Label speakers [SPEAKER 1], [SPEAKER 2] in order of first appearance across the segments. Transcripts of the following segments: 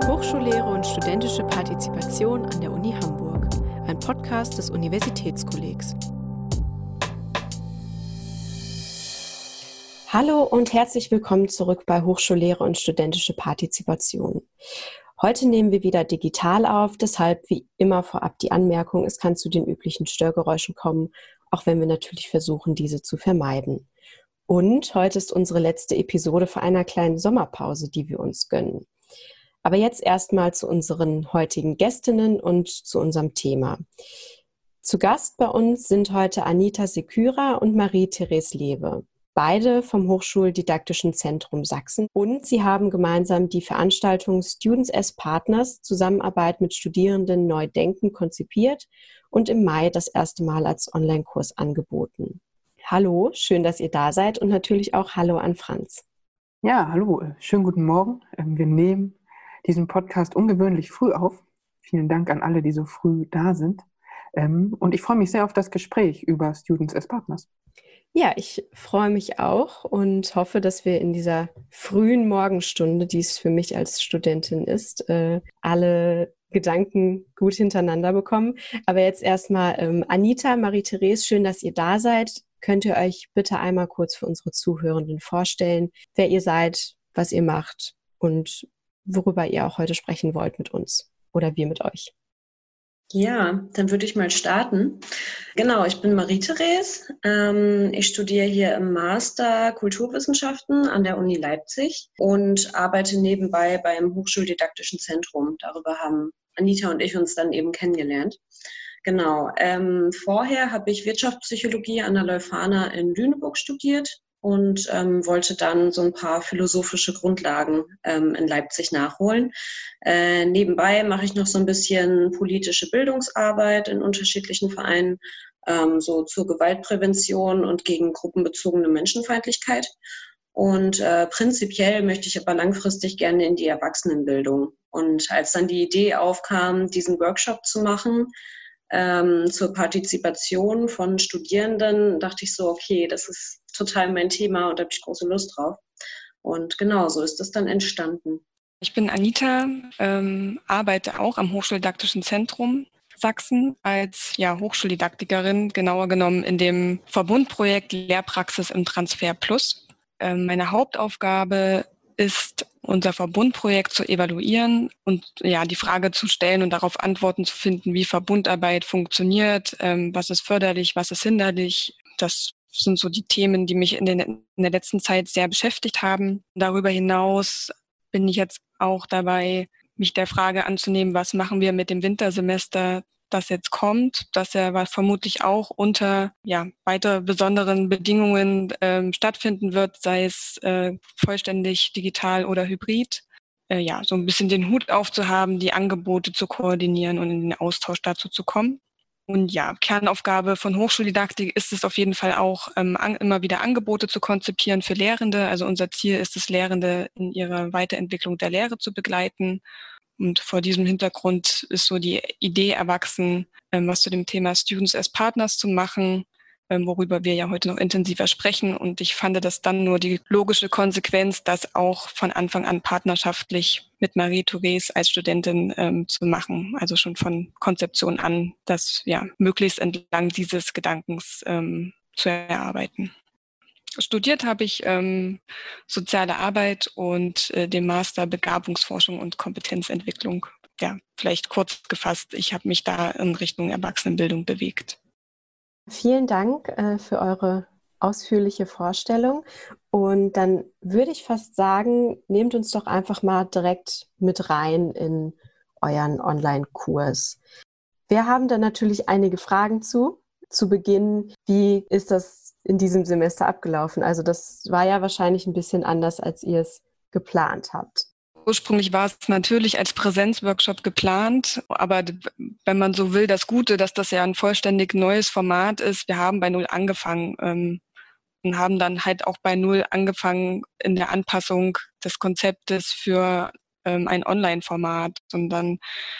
[SPEAKER 1] Hochschullehre und studentische Partizipation an der Uni Hamburg, ein Podcast des Universitätskollegs. Hallo und herzlich willkommen zurück bei Hochschullehre und studentische Partizipation. Heute nehmen wir wieder digital auf, deshalb wie immer vorab die Anmerkung, es kann zu den üblichen Störgeräuschen kommen, auch wenn wir natürlich versuchen, diese zu vermeiden. Und heute ist unsere letzte Episode vor einer kleinen Sommerpause, die wir uns gönnen. Aber jetzt erstmal zu unseren heutigen Gästinnen und zu unserem Thema. Zu Gast bei uns sind heute Anita Sekyra und Marie-Therese Lewe, beide vom Hochschuldidaktischen Zentrum Sachsen. Und sie haben gemeinsam die Veranstaltung Students as Partners, Zusammenarbeit mit Studierenden neu denken, konzipiert und im Mai das erste Mal als Online-Kurs angeboten. Hallo, schön, dass ihr da seid und natürlich auch Hallo an Franz.
[SPEAKER 2] Ja, hallo, schönen guten Morgen. Wir nehmen diesen Podcast ungewöhnlich früh auf. Vielen Dank an alle, die so früh da sind. Und ich freue mich sehr auf das Gespräch über Students as Partners.
[SPEAKER 1] Ja, ich freue mich auch und hoffe, dass wir in dieser frühen Morgenstunde, die es für mich als Studentin ist, alle Gedanken gut hintereinander bekommen. Aber jetzt erstmal Anita, Marie-Therese, schön, dass ihr da seid. Könnt ihr euch bitte einmal kurz für unsere Zuhörenden vorstellen, wer ihr seid, was ihr macht und worüber ihr auch heute sprechen wollt mit uns oder wir mit euch?
[SPEAKER 3] Ja, dann würde ich mal starten. Genau, ich bin Marie-Therese. Ich studiere hier im Master Kulturwissenschaften an der Uni Leipzig und arbeite nebenbei beim Hochschuldidaktischen Zentrum. Darüber haben Anita und ich uns dann eben kennengelernt. Genau. Vorher habe ich Wirtschaftspsychologie an der Leuphana in Lüneburg studiert und wollte dann so ein paar philosophische Grundlagen in Leipzig nachholen. Nebenbei mache ich noch so ein bisschen politische Bildungsarbeit in unterschiedlichen Vereinen, so zur Gewaltprävention und gegen gruppenbezogene Menschenfeindlichkeit. Und prinzipiell möchte ich aber langfristig gerne in die Erwachsenenbildung. Und als dann die Idee aufkam, diesen Workshop zu machen, zur Partizipation von Studierenden, dachte ich so, okay, das ist total mein Thema und da habe ich große Lust drauf. Und genau, so ist das dann entstanden.
[SPEAKER 4] Ich bin Anita, arbeite auch am Hochschuldidaktischen Zentrum Sachsen als Hochschuldidaktikerin, genauer genommen in dem Verbundprojekt Lehrpraxis im Transfer Plus. Meine Hauptaufgabe ist, unser Verbundprojekt zu evaluieren und die Frage zu stellen und darauf Antworten zu finden, wie Verbundarbeit funktioniert, was ist förderlich, was ist hinderlich. Das sind so die Themen, die mich in der letzten Zeit sehr beschäftigt haben. Darüber hinaus bin ich jetzt auch dabei, mich der Frage anzunehmen, was machen wir mit dem Wintersemester, das jetzt kommt, dass er vermutlich auch unter weiter besonderen Bedingungen stattfinden wird, sei es vollständig digital oder hybrid. So ein bisschen den Hut aufzuhaben, die Angebote zu koordinieren und in den Austausch dazu zu kommen. Und Kernaufgabe von Hochschuldidaktik ist es auf jeden Fall auch, immer wieder Angebote zu konzipieren für Lehrende. Also unser Ziel ist es, Lehrende in ihrer Weiterentwicklung der Lehre zu begleiten. Und vor diesem Hintergrund ist so die Idee erwachsen, was zu dem Thema Students as Partners zu machen, worüber wir ja heute noch intensiver sprechen. Und ich fand das dann nur die logische Konsequenz, das auch von Anfang an partnerschaftlich mit Marie-Therese als Studentin zu machen. Also schon von Konzeption an, das möglichst entlang dieses Gedankens zu erarbeiten. Studiert habe ich soziale Arbeit und den Master Begabungsforschung und Kompetenzentwicklung. Ja, vielleicht kurz gefasst, ich habe mich da in Richtung Erwachsenenbildung bewegt.
[SPEAKER 1] Vielen Dank für eure ausführliche Vorstellung. Und dann würde ich fast sagen, nehmt uns doch einfach mal direkt mit rein in euren Online-Kurs. Wir haben da natürlich einige Fragen zu Beginn. Wie ist das in diesem Semester abgelaufen? Also das war ja wahrscheinlich ein bisschen anders, als ihr es geplant habt.
[SPEAKER 4] Ursprünglich war es natürlich als Präsenzworkshop geplant, aber wenn man so will, das Gute, dass das ja ein vollständig neues Format ist, wir haben bei Null angefangen und haben dann halt auch bei Null angefangen in der Anpassung des Konzeptes für ein Online-Format. Und dann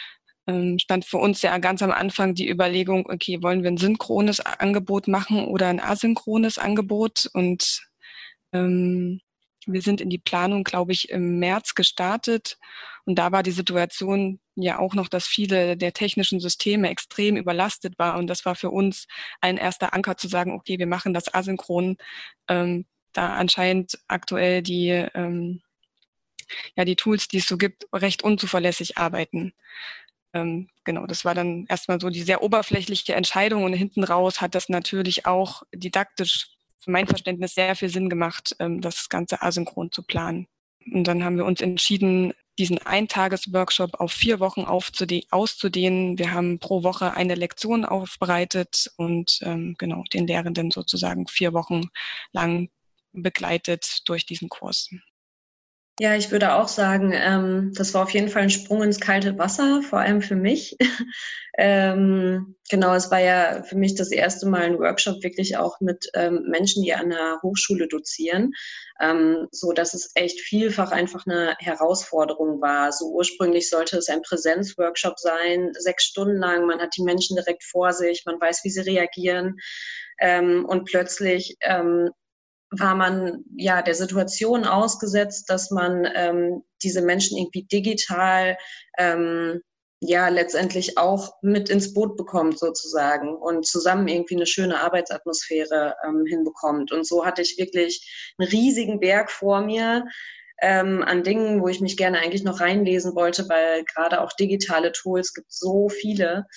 [SPEAKER 4] stand für uns ja ganz am Anfang die Überlegung, okay, wollen wir ein synchrones Angebot machen oder ein asynchrones Angebot? Und Wir sind in die Planung, glaube ich, im März gestartet. Und da war die Situation ja auch noch, dass viele der technischen Systeme extrem überlastet war. Und das war für uns ein erster Anker zu sagen, okay, wir machen das asynchron, da anscheinend aktuell die Tools, die es so gibt, recht unzuverlässig arbeiten. Genau, das war dann erstmal so die sehr oberflächliche Entscheidung und hinten raus hat das natürlich auch didaktisch für mein Verständnis sehr viel Sinn gemacht, das Ganze asynchron zu planen. Und dann haben wir uns entschieden, diesen Eintages-Workshop auf 4 Wochen auszudehnen. Wir haben pro Woche eine Lektion aufbereitet und den Lehrenden sozusagen 4 Wochen lang begleitet durch diesen Kurs.
[SPEAKER 3] Ja, ich würde auch sagen, das war auf jeden Fall ein Sprung ins kalte Wasser, vor allem für mich. Genau, es war ja für mich das erste Mal ein Workshop wirklich auch mit Menschen, die an der Hochschule dozieren, so dass es echt vielfach einfach eine Herausforderung war. So ursprünglich sollte es ein Präsenzworkshop sein, 6 Stunden lang, man hat die Menschen direkt vor sich, man weiß, wie sie reagieren und plötzlich war man ja der Situation ausgesetzt, dass man diese Menschen irgendwie digital letztendlich auch mit ins Boot bekommt sozusagen und zusammen irgendwie eine schöne Arbeitsatmosphäre hinbekommt. Und so hatte ich wirklich einen riesigen Berg vor mir an Dingen, wo ich mich gerne eigentlich noch reinlesen wollte, weil gerade auch digitale Tools gibt so viele.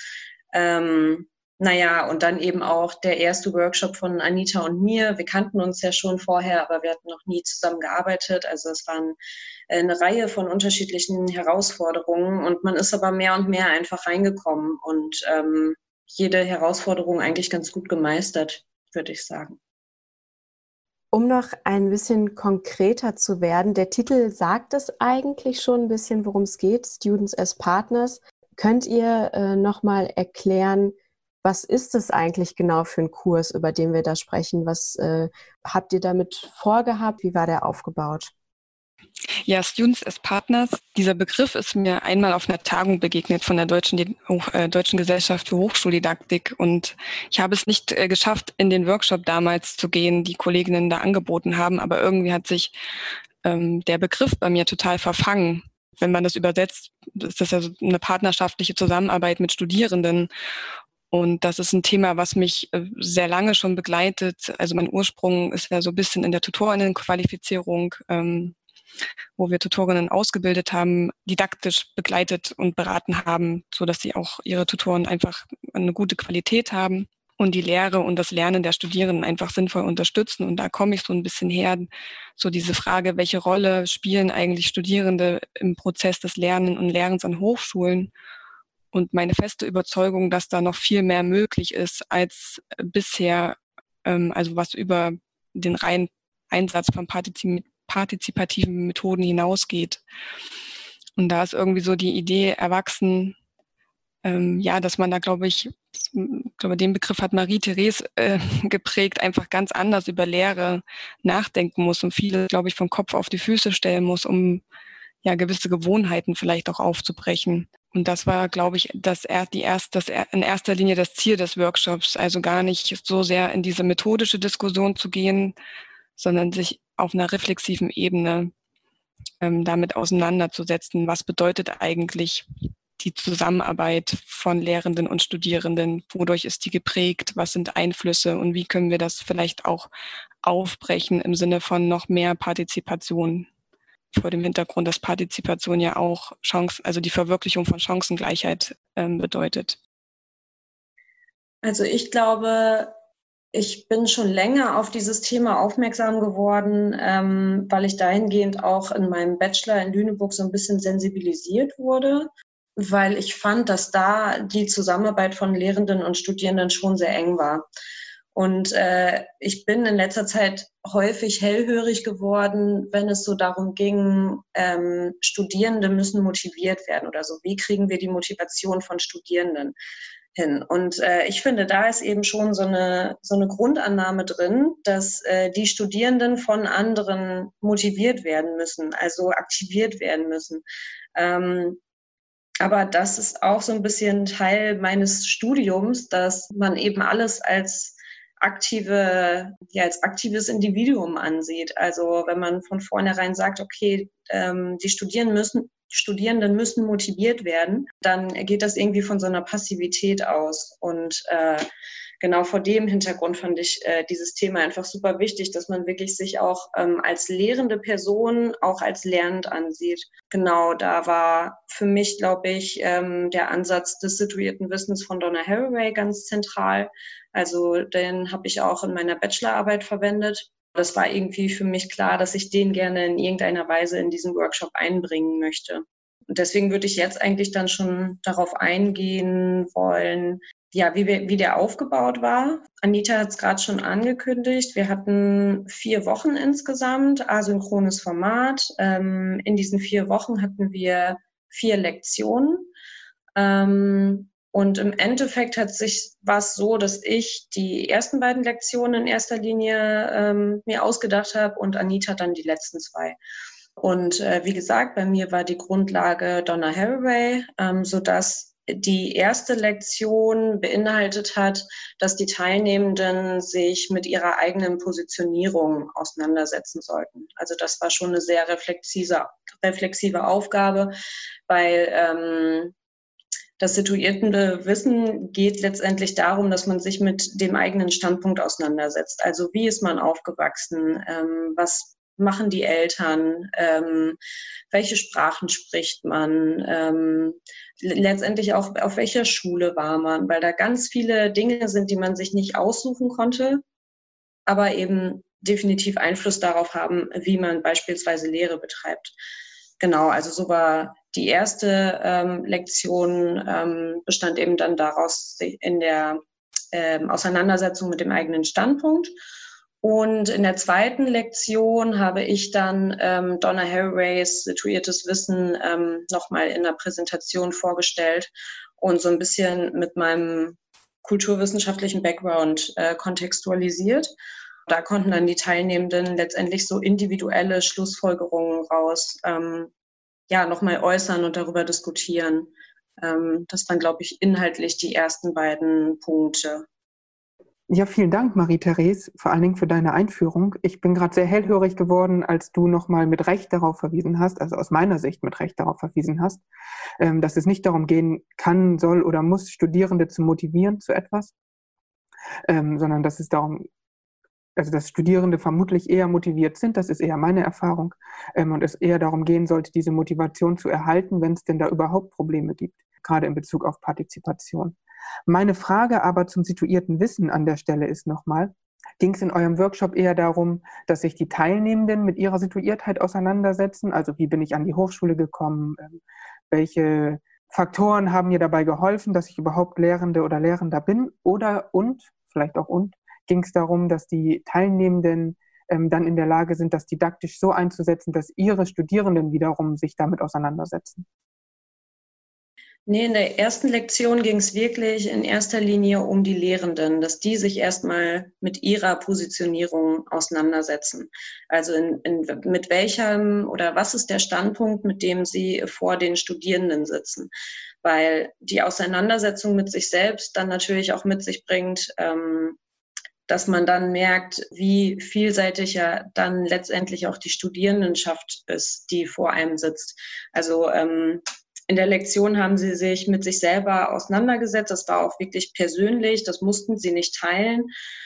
[SPEAKER 3] Und dann eben auch der erste Workshop von Anita und mir. Wir kannten uns ja schon vorher, aber wir hatten noch nie zusammen gearbeitet. Also es waren eine Reihe von unterschiedlichen Herausforderungen und man ist aber mehr und mehr einfach reingekommen und jede Herausforderung eigentlich ganz gut gemeistert, würde ich sagen.
[SPEAKER 1] Um noch ein bisschen konkreter zu werden, der Titel sagt es eigentlich schon ein bisschen, worum es geht, Students as Partners. Könnt ihr nochmal erklären, was ist es eigentlich genau für ein Kurs, über den wir da sprechen? Was habt ihr damit vorgehabt? Wie war der aufgebaut?
[SPEAKER 4] Ja, Students as Partners, dieser Begriff ist mir einmal auf einer Tagung begegnet von der Deutschen Gesellschaft für Hochschuldidaktik und ich habe es nicht geschafft, in den Workshop damals zu gehen, die Kolleginnen da angeboten haben, aber irgendwie hat sich der Begriff bei mir total verfangen. Wenn man das übersetzt, ist das ja so eine partnerschaftliche Zusammenarbeit mit Studierenden. Und das ist ein Thema, was mich sehr lange schon begleitet. Also mein Ursprung ist ja so ein bisschen in der Tutorinnenqualifizierung, wo wir Tutorinnen ausgebildet haben, didaktisch begleitet und beraten haben, so dass sie auch ihre Tutoren einfach eine gute Qualität haben und die Lehre und das Lernen der Studierenden einfach sinnvoll unterstützen. Und da komme ich so ein bisschen her, so diese Frage, welche Rolle spielen eigentlich Studierende im Prozess des Lernens und Lernens an Hochschulen? Und meine feste Überzeugung, dass da noch viel mehr möglich ist als bisher, also was über den reinen Einsatz von partizipativen Methoden hinausgeht. Und da ist irgendwie so die Idee erwachsen, dass man da, glaube ich, den Begriff hat Marie-Therese geprägt, einfach ganz anders über Lehre nachdenken muss und viele, glaube ich, vom Kopf auf die Füße stellen muss, um ja gewisse Gewohnheiten vielleicht auch aufzubrechen. Und das war, glaube ich, in erster Linie das Ziel des Workshops, also gar nicht so sehr in diese methodische Diskussion zu gehen, sondern sich auf einer reflexiven Ebene damit auseinanderzusetzen, was bedeutet eigentlich die Zusammenarbeit von Lehrenden und Studierenden, wodurch ist die geprägt, was sind Einflüsse und wie können wir das vielleicht auch aufbrechen im Sinne von noch mehr Partizipation, vor dem Hintergrund, dass Partizipation ja auch also die Verwirklichung von Chancengleichheit bedeutet.
[SPEAKER 3] Also ich glaube, ich bin schon länger auf dieses Thema aufmerksam geworden, weil ich dahingehend auch in meinem Bachelor in Lüneburg so ein bisschen sensibilisiert wurde, weil ich fand, dass da die Zusammenarbeit von Lehrenden und Studierenden schon sehr eng war. Und ich bin in letzter Zeit häufig hellhörig geworden, wenn es so darum ging, Studierende müssen motiviert werden oder so. Wie kriegen wir die Motivation von Studierenden hin? Und ich finde, da ist eben schon so eine Grundannahme drin, dass die Studierenden von anderen motiviert werden müssen, also aktiviert werden müssen. Aber das ist auch so ein bisschen Teil meines Studiums, dass man eben alles als als aktives Individuum ansieht. Also wenn man von vornherein sagt, okay, die Studierenden müssen motiviert werden, dann geht das irgendwie von so einer Passivität aus. Und genau vor dem Hintergrund fand ich dieses Thema einfach super wichtig, dass man wirklich sich auch als lehrende Person auch als lernend ansieht. Genau, da war für mich, glaube ich, der Ansatz des situierten Wissens von Donna Haraway ganz zentral. Also den habe ich auch in meiner Bachelorarbeit verwendet. Das war irgendwie für mich klar, dass ich den gerne in irgendeiner Weise in diesen Workshop einbringen möchte. Und deswegen würde ich jetzt eigentlich dann schon darauf eingehen wollen, ja, wie der aufgebaut war. Anita hat es gerade schon angekündigt. Wir hatten 4 Wochen insgesamt, asynchrones Format. In diesen 4 Wochen hatten wir 4 Lektionen. Und im Endeffekt war es so, dass ich die ersten beiden Lektionen in erster Linie mir ausgedacht habe und Anita dann die letzten 2. Und wie gesagt, bei mir war die Grundlage Donna Haraway, sodass die erste Lektion beinhaltet hat, dass die Teilnehmenden sich mit ihrer eigenen Positionierung auseinandersetzen sollten. Also das war schon eine sehr reflexive Aufgabe, weil das situierte Wissen geht letztendlich darum, dass man sich mit dem eigenen Standpunkt auseinandersetzt. Also wie ist man aufgewachsen? Was machen die Eltern? Welche Sprachen spricht man? Letztendlich auch, auf welcher Schule war man? Weil da ganz viele Dinge sind, die man sich nicht aussuchen konnte, aber eben definitiv Einfluss darauf haben, wie man beispielsweise Lehre betreibt. Genau, also so war die erste Lektion bestand eben dann daraus in der Auseinandersetzung mit dem eigenen Standpunkt. Und in der zweiten Lektion habe ich dann Donna Haraways situiertes Wissen nochmal in der Präsentation vorgestellt und so ein bisschen mit meinem kulturwissenschaftlichen Background kontextualisiert. Da konnten dann die Teilnehmenden letztendlich so individuelle Schlussfolgerungen nochmal äußern und darüber diskutieren. Das waren, glaube ich, inhaltlich die ersten beiden Punkte.
[SPEAKER 2] Ja, vielen Dank, Marie-Therese, vor allen Dingen für deine Einführung. Ich bin gerade sehr hellhörig geworden, als du nochmal mit Recht darauf verwiesen hast, also aus meiner Sicht mit Recht darauf verwiesen hast, dass es nicht darum gehen kann, soll oder muss, Studierende zu motivieren zu etwas, sondern dass es darum, also dass Studierende vermutlich eher motiviert sind, das ist eher meine Erfahrung, und es eher darum gehen sollte, diese Motivation zu erhalten, wenn es denn da überhaupt Probleme gibt, gerade in Bezug auf Partizipation. Meine Frage aber zum situierten Wissen an der Stelle ist nochmal, ging es in eurem Workshop eher darum, dass sich die Teilnehmenden mit ihrer Situiertheit auseinandersetzen? Also wie bin ich an die Hochschule gekommen? Welche Faktoren haben mir dabei geholfen, dass ich überhaupt Lehrende oder Lehrender bin? Ging es darum, dass die Teilnehmenden dann in der Lage sind, das didaktisch so einzusetzen, dass ihre Studierenden wiederum sich damit auseinandersetzen?
[SPEAKER 3] Nee, in der ersten Lektion ging es wirklich in erster Linie um die Lehrenden, dass die sich erstmal mit ihrer Positionierung auseinandersetzen. Also mit welchem oder was ist der Standpunkt, mit dem sie vor den Studierenden sitzen. Weil die Auseinandersetzung mit sich selbst dann natürlich auch mit sich bringt, dass man dann merkt, wie vielseitig ja dann letztendlich auch die Studierendenschaft ist, die vor einem sitzt. Also in der Lektion haben sie sich mit sich selber auseinandergesetzt. Das war auch wirklich persönlich. Das mussten sie nicht teilen.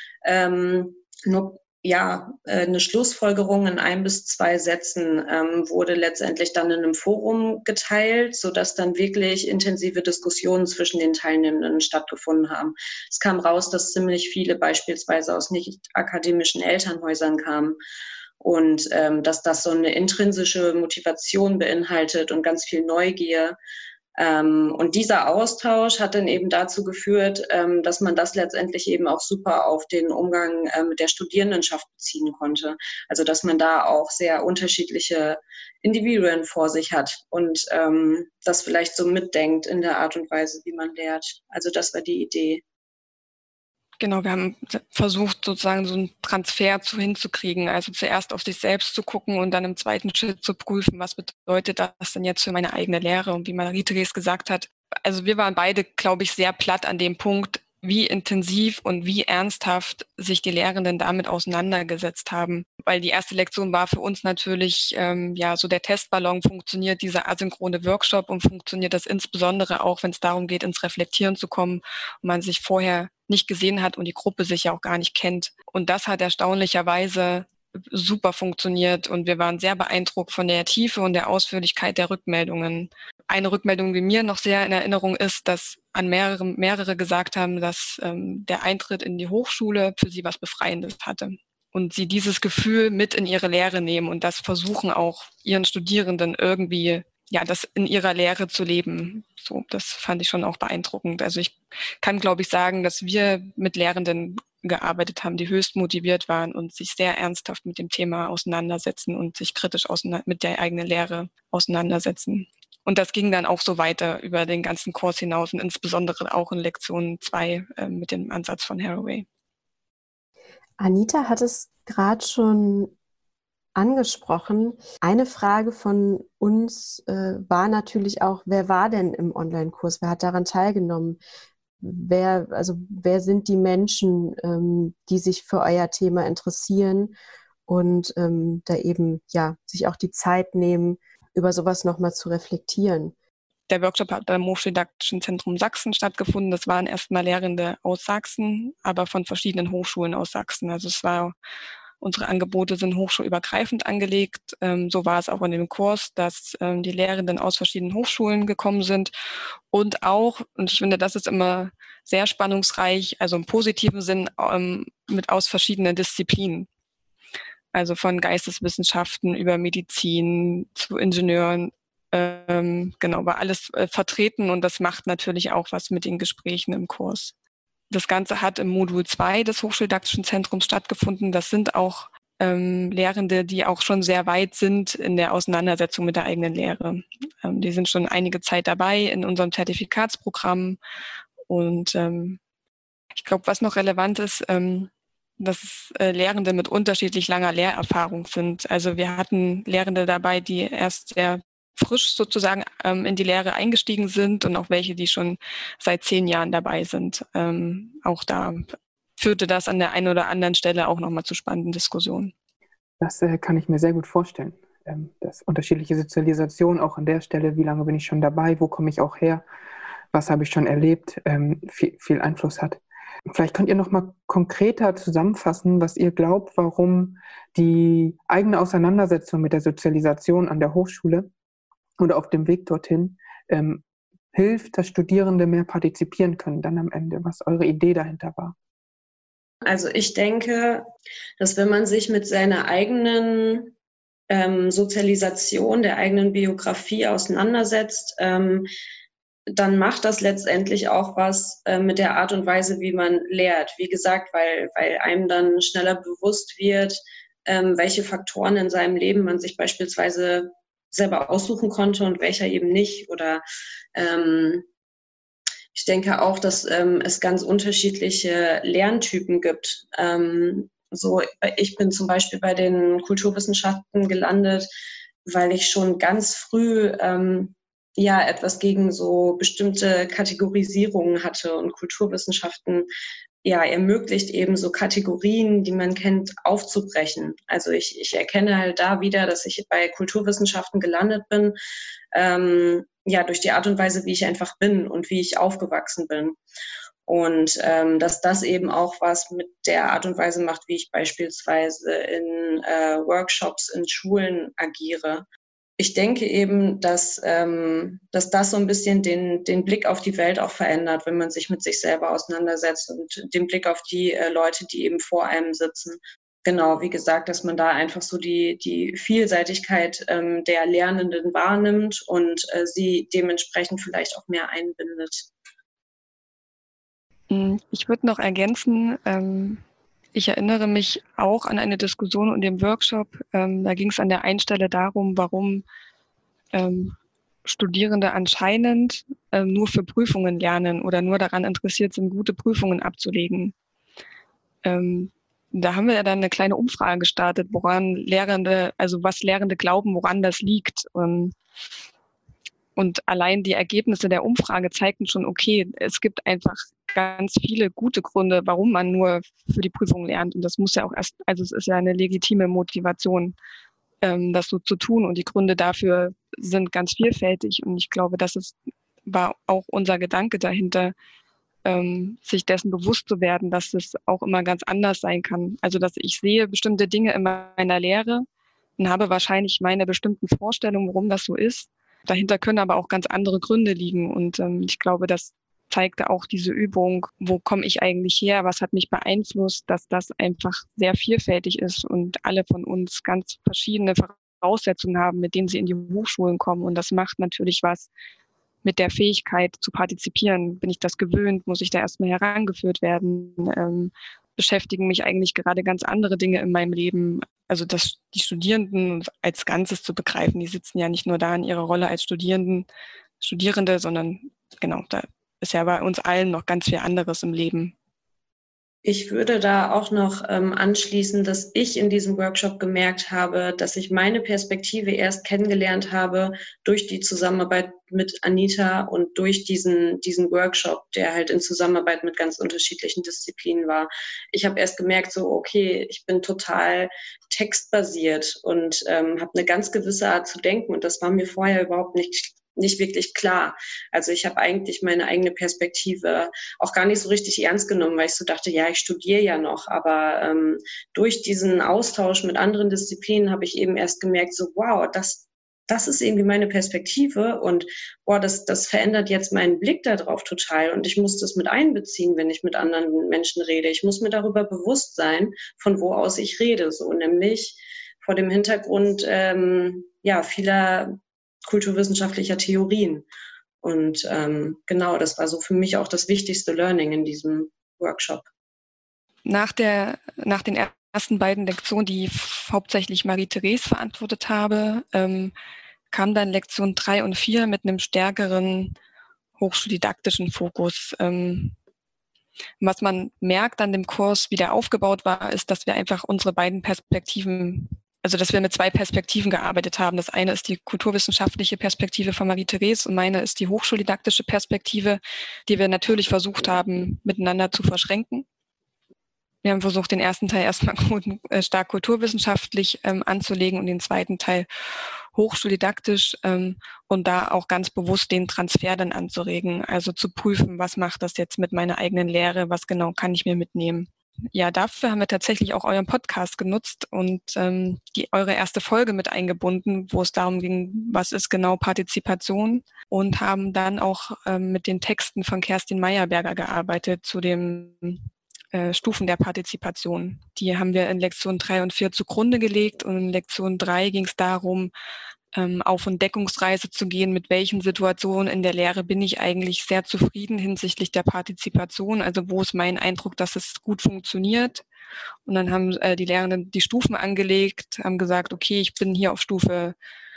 [SPEAKER 3] Eine Schlussfolgerung in 1 bis 2 Sätzen wurde letztendlich dann in einem Forum geteilt, sodass dann wirklich intensive Diskussionen zwischen den Teilnehmenden stattgefunden haben. Es kam raus, dass ziemlich viele beispielsweise aus nicht-akademischen Elternhäusern kamen. Und dass das so eine intrinsische Motivation beinhaltet und ganz viel Neugier. Und dieser Austausch hat dann eben dazu geführt, dass man das letztendlich eben auch super auf den Umgang mit der Studierendenschaft beziehen konnte. Also dass man da auch sehr unterschiedliche Individuen vor sich hat und das vielleicht so mitdenkt in der Art und Weise, wie man lehrt. Also das war die Idee.
[SPEAKER 4] Genau, wir haben versucht, sozusagen so einen Transfer hinzukriegen. Also zuerst auf sich selbst zu gucken und dann im zweiten Schritt zu prüfen, was bedeutet das denn jetzt für meine eigene Lehre? Und wie Marie-Therese gesagt hat, also wir waren beide, glaube ich, sehr platt an dem Punkt, wie intensiv und wie ernsthaft sich die Lehrenden damit auseinandergesetzt haben. Weil die erste Lektion war für uns natürlich so der Testballon, funktioniert dieser asynchrone Workshop und funktioniert das insbesondere auch, wenn es darum geht, ins Reflektieren zu kommen und man sich vorher nicht gesehen hat und die Gruppe sich ja auch gar nicht kennt. Und das hat erstaunlicherweise super funktioniert und wir waren sehr beeindruckt von der Tiefe und der Ausführlichkeit der Rückmeldungen. Eine Rückmeldung, die mir noch sehr in Erinnerung ist, dass mehrere gesagt haben, dass der Eintritt in die Hochschule für sie was Befreiendes hatte. Und sie dieses Gefühl mit in ihre Lehre nehmen und das versuchen auch ihren Studierenden irgendwie, das in ihrer Lehre zu leben. So, das fand ich schon auch beeindruckend. Also ich kann, glaube ich, sagen, dass wir mit Lehrenden gearbeitet haben, die höchst motiviert waren und sich sehr ernsthaft mit dem Thema auseinandersetzen und sich kritisch mit der eigenen Lehre auseinandersetzen. Und das ging dann auch so weiter über den ganzen Kurs hinaus und insbesondere auch in Lektion 2 mit dem Ansatz von Haraway.
[SPEAKER 1] Anita hat es gerade schon angesprochen. Eine Frage von uns war natürlich auch, wer war denn im Online-Kurs? Wer hat daran teilgenommen? Wer sind die Menschen, die sich für euer Thema interessieren und da eben sich auch die Zeit nehmen, über sowas nochmal zu reflektieren?
[SPEAKER 4] Der Workshop hat beim Hochschuldidaktischen Zentrum Sachsen stattgefunden. Das waren erstmal Lehrende aus Sachsen, aber von verschiedenen Hochschulen aus Sachsen. Also unsere Angebote sind hochschulübergreifend angelegt. So war es auch in dem Kurs, dass die Lehrenden aus verschiedenen Hochschulen gekommen sind und auch, und ich finde, das ist immer sehr spannungsreich, also im positiven Sinn aus verschiedenen Disziplinen. Also von Geisteswissenschaften über Medizin zu Ingenieuren, war alles vertreten und das macht natürlich auch was mit den Gesprächen im Kurs. Das Ganze hat im Modul 2 des Hochschuldidaktischen Zentrums stattgefunden. Das sind auch Lehrende, die auch schon sehr weit sind in der Auseinandersetzung mit der eigenen Lehre. Die sind schon einige Zeit dabei in unserem Zertifikatsprogramm und ich glaube, was noch relevant ist, dass es Lehrende mit unterschiedlich langer Lehrerfahrung sind. Also wir hatten Lehrende dabei, die erst sehr frisch sozusagen in die Lehre eingestiegen sind und auch welche, die schon seit 10 Jahren dabei sind. Auch da führte das an der einen oder anderen Stelle auch nochmal zu spannenden Diskussionen.
[SPEAKER 2] Das kann ich mir sehr gut vorstellen. Das unterschiedliche Sozialisation auch an der Stelle, wie lange bin ich schon dabei, wo komme ich auch her, was habe ich schon erlebt, viel Einfluss hat. Vielleicht könnt ihr noch mal konkreter zusammenfassen, was ihr glaubt, warum die eigene Auseinandersetzung mit der Sozialisation an der Hochschule oder auf dem Weg dorthin hilft, dass Studierende mehr partizipieren können dann am Ende, was eure Idee dahinter war.
[SPEAKER 3] Also ich denke, dass wenn man sich mit seiner eigenen Sozialisation, der eigenen Biografie auseinandersetzt, dann macht das letztendlich auch was mit der Art und Weise, wie man lehrt. Wie gesagt, weil einem dann schneller bewusst wird, welche Faktoren in seinem Leben man sich beispielsweise selber aussuchen konnte und welcher eben nicht. Oder ich denke auch, dass es ganz unterschiedliche Lerntypen gibt. Ich bin zum Beispiel bei den Kulturwissenschaften gelandet, weil ich schon ganz früh etwas gegen so bestimmte Kategorisierungen hatte und Kulturwissenschaften ermöglicht eben so Kategorien, die man kennt, aufzubrechen. Also ich erkenne halt da wieder, dass ich bei Kulturwissenschaften gelandet bin, durch die Art und Weise, wie ich einfach bin und wie ich aufgewachsen bin. Und dass das eben auch was mit der Art und Weise macht, wie ich beispielsweise in Workshops in Schulen agiere. Ich denke eben, dass das so ein bisschen den Blick auf die Welt auch verändert, wenn man sich mit sich selber auseinandersetzt und den Blick auf die Leute, die eben vor einem sitzen. Genau, wie gesagt, dass man da einfach so die Vielseitigkeit der Lernenden wahrnimmt und sie dementsprechend vielleicht auch mehr einbindet.
[SPEAKER 4] Ich würde noch ergänzen, ich erinnere mich auch an eine Diskussion in dem Workshop. Da ging es an der einen Stelle darum, warum Studierende anscheinend nur für Prüfungen lernen oder nur daran interessiert sind, gute Prüfungen abzulegen. Da haben wir ja dann eine kleine Umfrage gestartet, was Lehrende glauben, woran das liegt. Und allein die Ergebnisse der Umfrage zeigten schon, okay, es gibt einfach ganz viele gute Gründe, warum man nur für die Prüfung lernt. Und das muss ja auch also es ist ja eine legitime Motivation, das so zu tun. Und die Gründe dafür sind ganz vielfältig. Und ich glaube, war auch unser Gedanke dahinter, sich dessen bewusst zu werden, dass es auch immer ganz anders sein kann. Also dass ich sehe bestimmte Dinge in meiner Lehre und habe wahrscheinlich meine bestimmten Vorstellungen, warum das so ist. Dahinter können aber auch ganz andere Gründe liegen. Und ich glaube, das zeigte auch diese Übung, wo komme ich eigentlich her, was hat mich beeinflusst, dass das einfach sehr vielfältig ist und alle von uns ganz verschiedene Voraussetzungen haben, mit denen sie in die Hochschulen kommen. Und das macht natürlich was mit der Fähigkeit zu partizipieren. Bin ich das gewöhnt? Muss ich da erstmal herangeführt werden? Beschäftigen mich eigentlich gerade ganz andere Dinge in meinem Leben? Also die Studierenden als Ganzes zu begreifen, die sitzen ja nicht nur da in ihrer Rolle als Studierende, sondern genau, da ist ja bei uns allen noch ganz viel anderes im Leben.
[SPEAKER 3] Ich würde da auch noch anschließen, dass ich in diesem Workshop gemerkt habe, dass ich meine Perspektive erst kennengelernt habe durch die Zusammenarbeit mit Anita und durch diesen Workshop, der halt in Zusammenarbeit mit ganz unterschiedlichen Disziplinen war. Ich habe erst gemerkt, so okay, ich bin total textbasiert und habe eine ganz gewisse Art zu denken und das war mir vorher überhaupt nicht wirklich klar. Also ich habe eigentlich meine eigene Perspektive auch gar nicht so richtig ernst genommen, weil ich so dachte, ja, ich studiere ja noch. Aber durch diesen Austausch mit anderen Disziplinen habe ich eben erst gemerkt, so wow, das ist irgendwie meine Perspektive und boah, das verändert jetzt meinen Blick darauf total und ich muss das mit einbeziehen, wenn ich mit anderen Menschen rede. Ich muss mir darüber bewusst sein, von wo aus ich rede, so nämlich vor dem Hintergrund vieler kulturwissenschaftlicher Theorien. Und genau, das war so für mich auch das wichtigste Learning in diesem Workshop.
[SPEAKER 4] Nach den ersten beiden Lektionen, die hauptsächlich Marie-Therese verantwortet habe, kam dann Lektion 3 und 4 mit einem stärkeren hochschuldidaktischen Fokus. Was man merkt an dem Kurs, wie der aufgebaut war, ist, dass wir einfach unsere beiden Perspektiven, also dass wir mit zwei Perspektiven gearbeitet haben. Das eine ist die kulturwissenschaftliche Perspektive von Marie-Therese und meine ist die hochschuldidaktische Perspektive, die wir natürlich versucht haben, miteinander zu verschränken. Wir haben versucht, den ersten Teil erstmal stark kulturwissenschaftlich anzulegen und den zweiten Teil hochschuldidaktisch und da auch ganz bewusst den Transfer dann anzuregen, also zu prüfen, was macht das jetzt mit meiner eigenen Lehre, was genau kann ich mir mitnehmen. Ja, dafür haben wir tatsächlich auch euren Podcast genutzt und eure erste Folge mit eingebunden, wo es darum ging, was ist genau Partizipation und haben dann auch mit den Texten von Kerstin Meyerberger gearbeitet zu dem Stufen der Partizipation. Die haben wir in Lektion 3 und 4 zugrunde gelegt und in Lektion 3 ging es darum, auf Entdeckungsreise zu gehen, mit welchen Situationen in der Lehre bin ich eigentlich sehr zufrieden hinsichtlich der Partizipation, also wo ist mein Eindruck, dass es gut funktioniert. Und dann haben die Lehrenden die Stufen angelegt, haben gesagt, okay, ich bin hier auf Stufe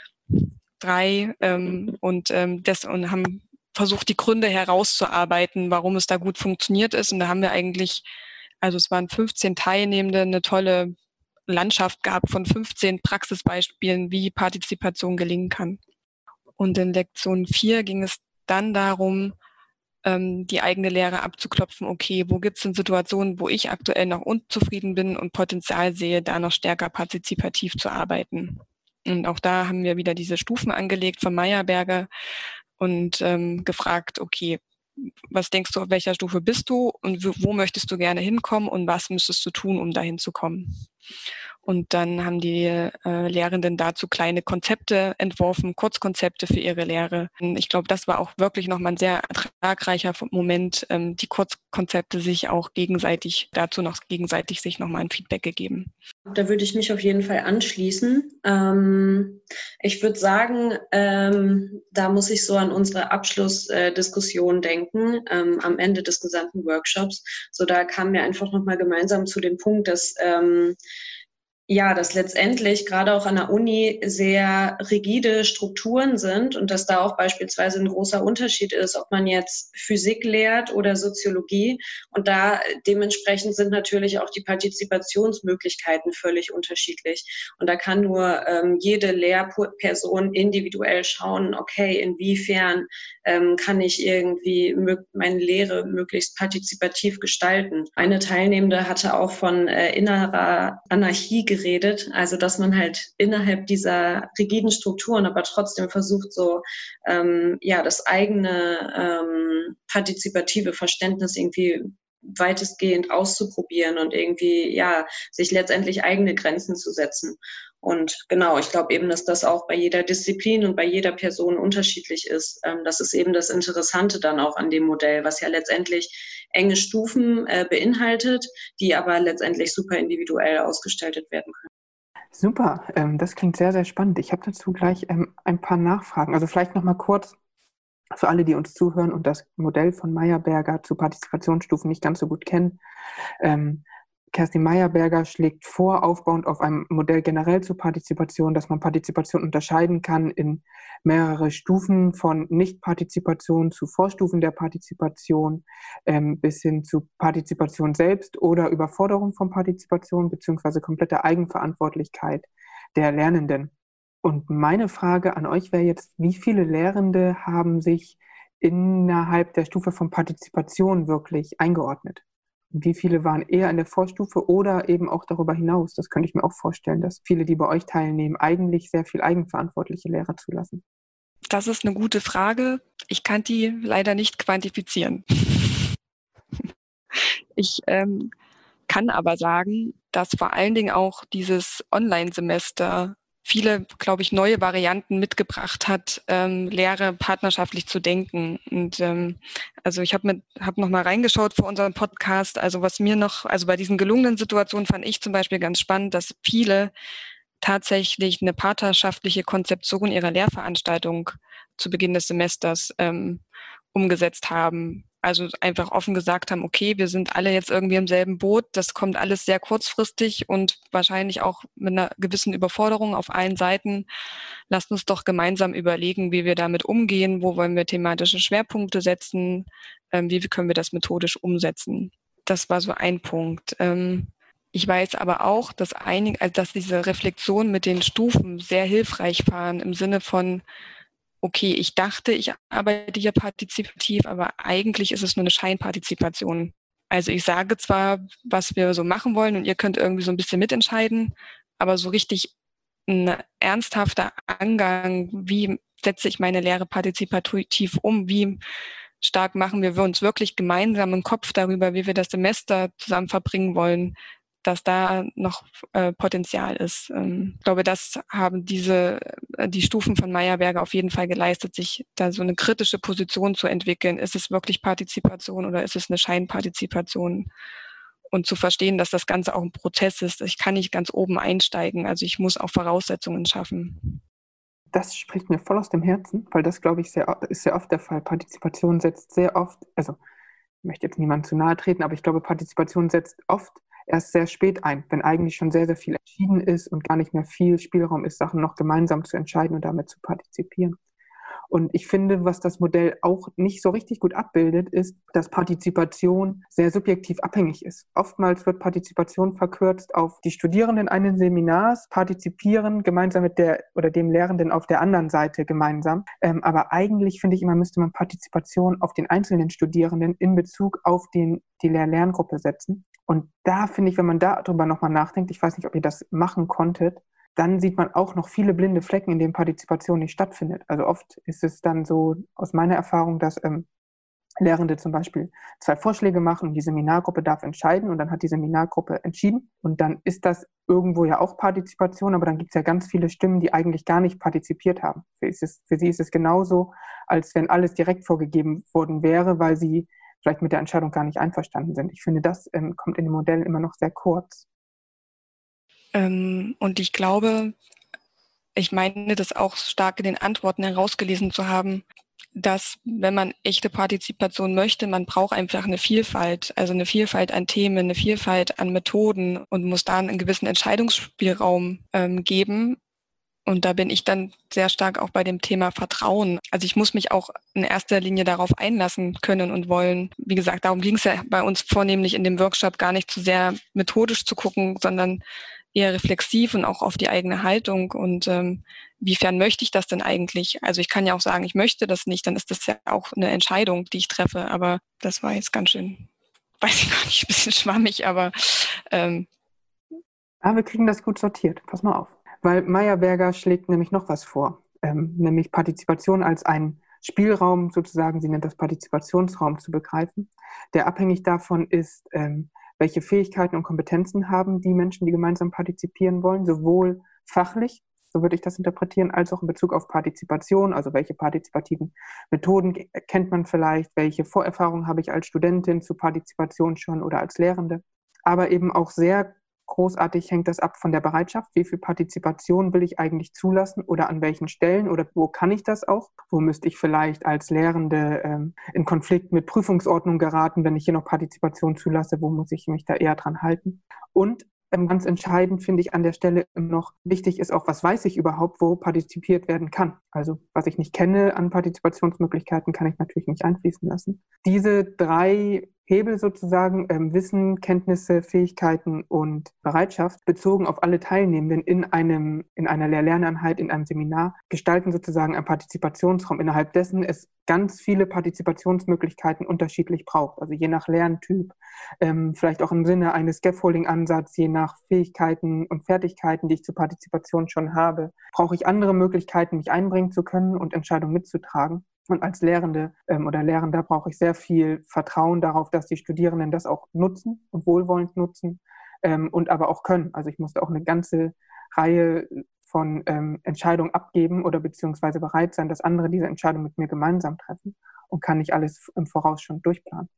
[SPEAKER 4] 3 und haben versucht, die Gründe herauszuarbeiten, warum es da gut funktioniert ist. Und da haben wir eigentlich, also es waren 15 Teilnehmende, eine tolle Landschaft gehabt von 15 Praxisbeispielen, wie Partizipation gelingen kann. Und in Lektion 4 ging es dann darum, die eigene Lehre abzuklopfen. Okay, wo gibt es denn Situationen, wo ich aktuell noch unzufrieden bin und Potenzial sehe, da noch stärker partizipativ zu arbeiten. Und auch da haben wir wieder diese Stufen angelegt von Meyerberger und gefragt, okay, was denkst du, auf welcher Stufe bist du und wo möchtest du gerne hinkommen und was müsstest du tun, um dahin zu kommen? Und dann haben die Lehrenden dazu kleine Konzepte entworfen, Kurzkonzepte für ihre Lehre. Und ich glaube, das war auch wirklich nochmal ein sehr ertragreicher Moment, die Kurzkonzepte sich auch gegenseitig sich nochmal ein Feedback gegeben.
[SPEAKER 3] Da würde ich mich auf jeden Fall anschließen. Ich würde sagen, da muss ich so an unsere Abschlussdiskussion denken, am Ende des gesamten Workshops. So, da kamen wir einfach nochmal gemeinsam zu dem Punkt, dass Ja, dass letztendlich gerade auch an der Uni sehr rigide Strukturen sind und dass da auch beispielsweise ein großer Unterschied ist, ob man jetzt Physik lehrt oder Soziologie. Und da dementsprechend sind natürlich auch die Partizipationsmöglichkeiten völlig unterschiedlich. Und da kann nur jede Lehrperson individuell schauen, okay, inwiefern kann ich irgendwie meine Lehre möglichst partizipativ gestalten. Eine Teilnehmende hatte auch von innerer Anarchie geredet, also dass man halt innerhalb dieser rigiden Strukturen aber trotzdem versucht, so das eigene partizipative Verständnis irgendwie weitestgehend auszuprobieren und irgendwie sich letztendlich eigene Grenzen zu setzen. Und genau, ich glaube eben, dass das auch bei jeder Disziplin und bei jeder Person unterschiedlich ist. Das ist eben das Interessante dann auch an dem Modell, was ja letztendlich enge Stufen beinhaltet, die aber letztendlich super individuell ausgestaltet werden können.
[SPEAKER 2] Super, das klingt sehr, sehr spannend. Ich habe dazu gleich ein paar Nachfragen. Also vielleicht nochmal kurz für alle, die uns zuhören und das Modell von Meyerberger zu Partizipationsstufen nicht ganz so gut kennen. Kerstin Meyerberger schlägt vor, aufbauend auf einem Modell generell zur Partizipation, dass man Partizipation unterscheiden kann in mehrere Stufen von Nichtpartizipation zu Vorstufen der Partizipation bis hin zu Partizipation selbst oder Überforderung von Partizipation beziehungsweise komplette Eigenverantwortlichkeit der Lernenden. Und meine Frage an euch wäre jetzt, wie viele Lehrende haben sich innerhalb der Stufe von Partizipation wirklich eingeordnet? Wie viele waren eher in der Vorstufe oder eben auch darüber hinaus? Das könnte ich mir auch vorstellen, dass viele, die bei euch teilnehmen, eigentlich sehr viel eigenverantwortliche Lehrer zulassen.
[SPEAKER 4] Das ist eine gute Frage. Ich kann die leider nicht quantifizieren. Ich kann aber sagen, dass vor allen Dingen auch dieses Online-Semester viele, glaube ich, neue Varianten mitgebracht hat, Lehre partnerschaftlich zu denken. Und also ich habe noch mal reingeschaut vor unserem Podcast. Also was mir also bei diesen gelungenen Situationen fand ich zum Beispiel ganz spannend, dass viele tatsächlich eine partnerschaftliche Konzeption ihrer Lehrveranstaltung zu Beginn des Semesters umgesetzt haben. Also einfach offen gesagt haben, okay, wir sind alle jetzt irgendwie im selben Boot, das kommt alles sehr kurzfristig und wahrscheinlich auch mit einer gewissen Überforderung auf allen Seiten. Lasst uns doch gemeinsam überlegen, wie wir damit umgehen, wo wollen wir thematische Schwerpunkte setzen, wie können wir das methodisch umsetzen. Das war so ein Punkt. Ich weiß aber auch, dass dass diese Reflexion mit den Stufen sehr hilfreich waren im Sinne von, okay, ich dachte, ich arbeite hier partizipativ, aber eigentlich ist es nur eine Scheinpartizipation. Also ich sage zwar, was wir so machen wollen und ihr könnt irgendwie so ein bisschen mitentscheiden, aber so richtig ein ernsthafter Angang, wie setze ich meine Lehre partizipativ um, wie stark machen wir uns wirklich gemeinsam im Kopf darüber, wie wir das Semester zusammen verbringen wollen, dass da noch Potenzial ist. Ich glaube, das haben die Stufen von Meyerberger auf jeden Fall geleistet, sich da so eine kritische Position zu entwickeln. Ist es wirklich Partizipation oder ist es eine Scheinpartizipation? Und zu verstehen, dass das Ganze auch ein Prozess ist. Ich kann nicht ganz oben einsteigen, also ich muss auch Voraussetzungen schaffen.
[SPEAKER 2] Das spricht mir voll aus dem Herzen, weil das, glaube ich, ist sehr oft der Fall. Partizipation setzt sehr oft, also ich möchte jetzt niemandem zu nahe treten, aber ich glaube, Partizipation setzt oft erst sehr spät ein, wenn eigentlich schon sehr, sehr viel entschieden ist und gar nicht mehr viel Spielraum ist, Sachen noch gemeinsam zu entscheiden und damit zu partizipieren. Und ich finde, was das Modell auch nicht so richtig gut abbildet, ist, dass Partizipation sehr subjektiv abhängig ist. Oftmals wird Partizipation verkürzt auf die Studierenden eines Seminars, partizipieren gemeinsam mit der oder dem Lehrenden auf der anderen Seite gemeinsam. Aber eigentlich finde ich immer, müsste man Partizipation auf den einzelnen Studierenden in Bezug auf die Lehr-Lerngruppe setzen. Und da finde ich, wenn man darüber nochmal nachdenkt, ich weiß nicht, ob ihr das machen konntet, dann sieht man auch noch viele blinde Flecken, in denen Partizipation nicht stattfindet. Also oft ist es dann so aus meiner Erfahrung, dass Lehrende zum Beispiel 2 Vorschläge machen und die Seminargruppe darf entscheiden und dann hat die Seminargruppe entschieden und dann ist das irgendwo ja auch Partizipation, aber dann gibt es ja ganz viele Stimmen, die eigentlich gar nicht partizipiert haben. Für sie ist es genauso, als wenn alles direkt vorgegeben worden wäre, weil sie vielleicht mit der Entscheidung gar nicht einverstanden sind. Ich finde, das kommt in dem Modell immer noch sehr kurz.
[SPEAKER 4] Und ich glaube, ich meine, das auch stark in den Antworten herausgelesen zu haben, dass, wenn man echte Partizipation möchte, man braucht einfach eine Vielfalt, also eine Vielfalt an Themen, eine Vielfalt an Methoden und muss da einen gewissen Entscheidungsspielraum geben. Und da bin ich dann sehr stark auch bei dem Thema Vertrauen. Also ich muss mich auch in erster Linie darauf einlassen können und wollen. Wie gesagt, darum ging es ja bei uns vornehmlich in dem Workshop gar nicht so sehr methodisch zu gucken, sondern eher reflexiv und auch auf die eigene Haltung und inwiefern möchte ich das denn eigentlich? Also ich kann ja auch sagen, ich möchte das nicht, dann ist das ja auch eine Entscheidung, die ich treffe. Aber das war jetzt ganz schön, weiß ich gar nicht, ein bisschen schwammig, aber
[SPEAKER 2] wir kriegen das gut sortiert. Pass mal auf. Weil Meyerberger schlägt nämlich noch was vor, nämlich Partizipation als einen Spielraum sozusagen, sie nennt das Partizipationsraum, zu begreifen, der abhängig davon ist, welche Fähigkeiten und Kompetenzen haben die Menschen, die gemeinsam partizipieren wollen, sowohl fachlich, so würde ich das interpretieren, als auch in Bezug auf Partizipation, also welche partizipativen Methoden kennt man vielleicht, welche Vorerfahrungen habe ich als Studentin zu Partizipation schon oder als Lehrende, aber eben auch sehr großartig hängt das ab von der Bereitschaft, wie viel Partizipation will ich eigentlich zulassen oder an welchen Stellen oder wo kann ich das auch? Wo müsste ich vielleicht als Lehrende in Konflikt mit Prüfungsordnung geraten, wenn ich hier noch Partizipation zulasse, wo muss ich mich da eher dran halten? Und ganz entscheidend finde ich an der Stelle noch wichtig ist auch, was weiß ich überhaupt, wo partizipiert werden kann. Also was ich nicht kenne an Partizipationsmöglichkeiten, kann ich natürlich nicht einfließen lassen. Diese 3 Hebel sozusagen, Wissen, Kenntnisse, Fähigkeiten und Bereitschaft, bezogen auf alle Teilnehmenden in einer Lehr-Lerneinheit, in einem Seminar, gestalten sozusagen einen Partizipationsraum, innerhalb dessen es ganz viele Partizipationsmöglichkeiten unterschiedlich braucht. Also je nach Lerntyp, vielleicht auch im Sinne eines Scaffolding-Ansatzes, je nach Fähigkeiten und Fertigkeiten, die ich zur Partizipation schon habe, brauche ich andere Möglichkeiten, mich einbringen zu können und Entscheidungen mitzutragen. Und als Lehrende oder Lehrender brauche ich sehr viel Vertrauen darauf, dass die Studierenden das auch nutzen und wohlwollend nutzen und aber auch können. Also ich musste auch eine ganze Reihe von Entscheidungen abgeben oder beziehungsweise bereit sein, dass andere diese Entscheidung mit mir gemeinsam treffen und kann nicht alles im Voraus schon durchplanen.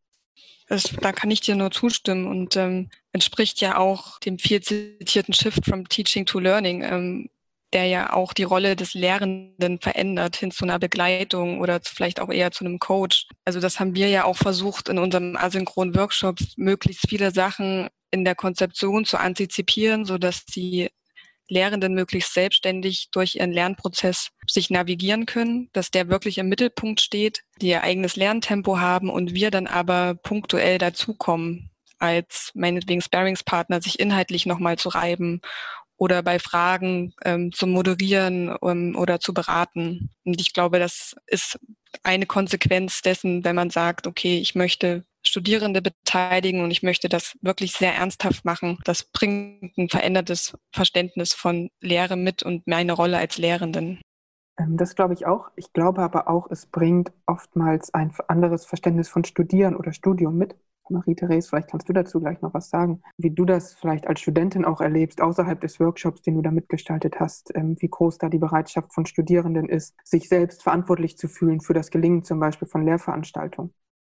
[SPEAKER 4] Da kann ich dir nur zustimmen und entspricht ja auch dem viel zitierten Shift from Teaching to Learning, der ja auch die Rolle des Lehrenden verändert hin zu einer Begleitung oder vielleicht auch eher zu einem Coach. Also das haben wir ja auch versucht in unserem asynchronen Workshops, möglichst viele Sachen in der Konzeption zu antizipieren, sodass die Lehrenden möglichst selbstständig durch ihren Lernprozess sich navigieren können, dass der wirklich im Mittelpunkt steht, die ihr eigenes Lerntempo haben und wir dann aber punktuell dazukommen, als meinetwegen Sparringspartner sich inhaltlich nochmal zu reiben oder bei Fragen zu moderieren oder zu beraten. Und ich glaube, das ist eine Konsequenz dessen, wenn man sagt, okay, ich möchte Studierende beteiligen und ich möchte das wirklich sehr ernsthaft machen. Das bringt ein verändertes Verständnis von Lehre mit und meine Rolle als Lehrenden.
[SPEAKER 2] Das glaube ich auch. Ich glaube aber auch, es bringt oftmals ein anderes Verständnis von Studieren oder Studium mit. Marie-Therese, vielleicht kannst du dazu gleich noch was sagen, wie du das vielleicht als Studentin auch erlebst, außerhalb des Workshops, den du da mitgestaltet hast, wie groß da die Bereitschaft von Studierenden ist, sich selbst verantwortlich zu fühlen für das Gelingen zum Beispiel von Lehrveranstaltungen.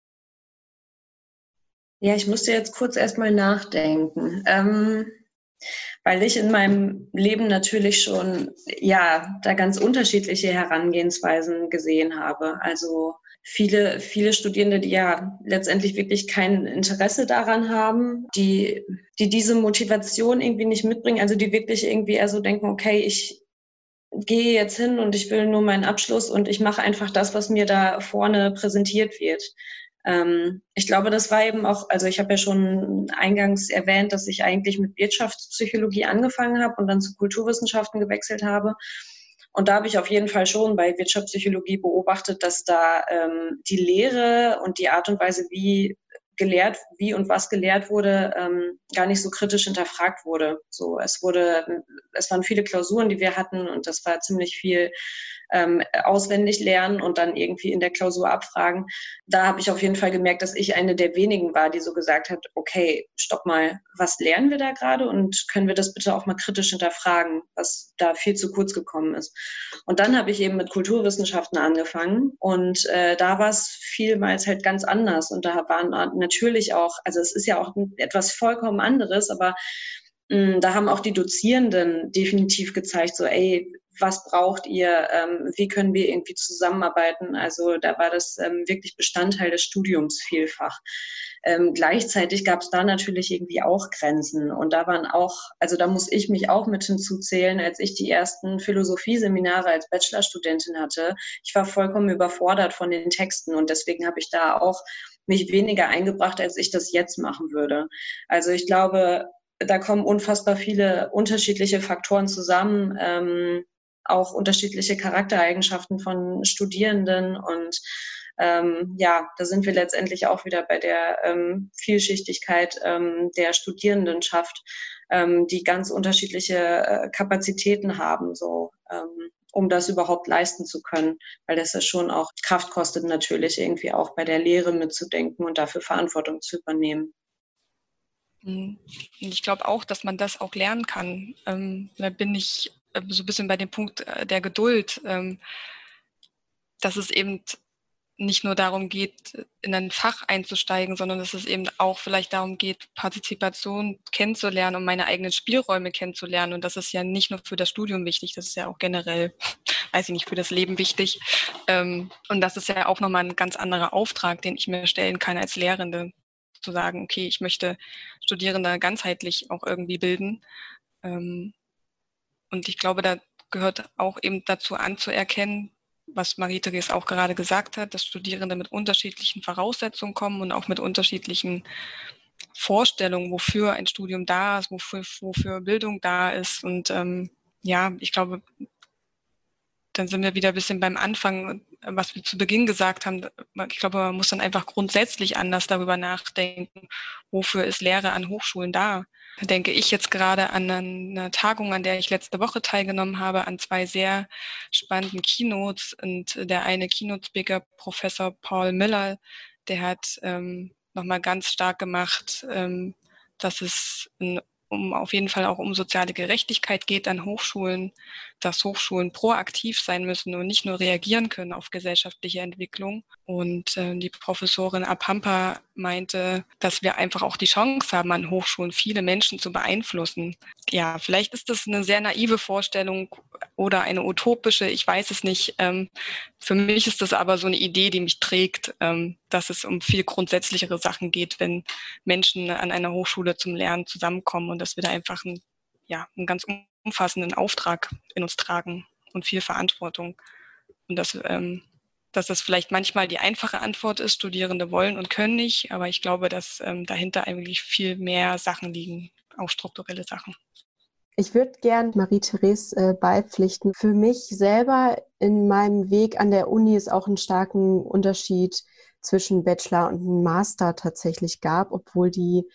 [SPEAKER 3] Ja, ich musste jetzt kurz erstmal nachdenken, weil ich in meinem Leben natürlich schon, da ganz unterschiedliche Herangehensweisen gesehen habe. Also viele Studierende, die ja letztendlich wirklich kein Interesse daran haben, die diese Motivation irgendwie nicht mitbringen, also die wirklich irgendwie eher so denken, okay, ich gehe jetzt hin und ich will nur meinen Abschluss und ich mache einfach das, was mir da vorne präsentiert wird. Ich glaube, das war eben auch, also ich habe ja schon eingangs erwähnt, dass ich eigentlich mit Wirtschaftspsychologie angefangen habe und dann zu Kulturwissenschaften gewechselt habe. Und da habe ich auf jeden Fall schon bei Wirtschaftspsychologie beobachtet, dass da die Lehre und die Art und Weise, wie und was gelehrt wurde, gar nicht so kritisch hinterfragt wurde. So, es waren viele Klausuren, die wir hatten und das war ziemlich viel auswendig lernen und dann irgendwie in der Klausur abfragen. Da habe ich auf jeden Fall gemerkt, dass ich eine der wenigen war, die so gesagt hat, okay, stopp mal, was lernen wir da gerade und können wir das bitte auch mal kritisch hinterfragen, was da viel zu kurz gekommen ist. Und dann habe ich eben mit Kulturwissenschaften angefangen und da war es vielmals halt ganz anders und da waren natürlich auch, also es ist ja auch etwas vollkommen anderes, aber da haben auch die Dozierenden definitiv gezeigt, so, ey, was braucht ihr, wie können wir irgendwie zusammenarbeiten. Also da war das wirklich Bestandteil des Studiums vielfach. Gleichzeitig gab es da natürlich irgendwie auch Grenzen und da waren auch, also da muss ich mich auch mit hinzuzählen, als ich die ersten Philosophieseminare als Bachelorstudentin hatte. Ich war vollkommen überfordert von den Texten und deswegen habe ich da auch mich weniger eingebracht, als ich das jetzt machen würde. Also ich glaube, da kommen unfassbar viele unterschiedliche Faktoren zusammen, auch unterschiedliche Charaktereigenschaften von Studierenden und ja, da sind wir letztendlich auch wieder bei der Vielschichtigkeit der Studierendenschaft, die ganz unterschiedliche Kapazitäten haben, so um das überhaupt leisten zu können, weil das ja schon auch Kraft kostet, natürlich irgendwie auch bei der Lehre mitzudenken und dafür Verantwortung zu übernehmen.
[SPEAKER 4] Und ich glaube auch, dass man das auch lernen kann. Da bin ich so ein bisschen bei dem Punkt der Geduld, dass es eben nicht nur darum geht, in ein Fach einzusteigen, sondern dass es eben auch vielleicht darum geht, Partizipation kennenzulernen und meine eigenen Spielräume kennenzulernen. Und das ist ja nicht nur für das Studium wichtig, das ist ja auch generell, weiß ich nicht, für das Leben wichtig. Und das ist ja auch nochmal ein ganz anderer Auftrag, den ich mir stellen kann als Lehrende, zu sagen, okay, ich möchte Studierende ganzheitlich auch irgendwie bilden. Und ich glaube, da gehört auch eben dazu anzuerkennen, was Marie-Therese auch gerade gesagt hat, dass Studierende mit unterschiedlichen Voraussetzungen kommen und auch mit unterschiedlichen Vorstellungen, wofür ein Studium da ist, wofür Bildung da ist. Und ja, ich glaube, dann sind wir wieder ein bisschen beim Anfang, was wir zu Beginn gesagt haben. Ich glaube, man muss dann einfach grundsätzlich anders darüber nachdenken, wofür ist Lehre an Hochschulen da. Da denke ich jetzt gerade an eine Tagung, an der ich letzte Woche teilgenommen habe, an 2 sehr spannenden Keynotes. Und der eine Keynote-Speaker, Professor Paul Miller, der hat nochmal ganz stark gemacht, dass es auf jeden Fall auch um soziale Gerechtigkeit geht an Hochschulen, dass Hochschulen proaktiv sein müssen und nicht nur reagieren können auf gesellschaftliche Entwicklung. Und die Professorin Apampa meinte, dass wir einfach auch die Chance haben, an Hochschulen viele Menschen zu beeinflussen. Ja, vielleicht ist das eine sehr naive Vorstellung oder eine utopische, ich weiß es nicht. Für mich ist das aber so eine Idee, die mich trägt, dass es um viel grundsätzlichere Sachen geht, wenn Menschen an einer Hochschule zum Lernen zusammenkommen und dass wir da einfach einen ganz umfassenden Auftrag in uns tragen und viel Verantwortung. Und dass das vielleicht manchmal die einfache Antwort ist, Studierende wollen und können nicht, aber ich glaube, dass dahinter eigentlich viel mehr Sachen liegen, auch strukturelle Sachen.
[SPEAKER 1] Ich würde gern Marie-Therese beipflichten. Für mich selber in meinem Weg an der Uni ist auch einen starken Unterschied zwischen Bachelor und Master tatsächlich gab, obwohl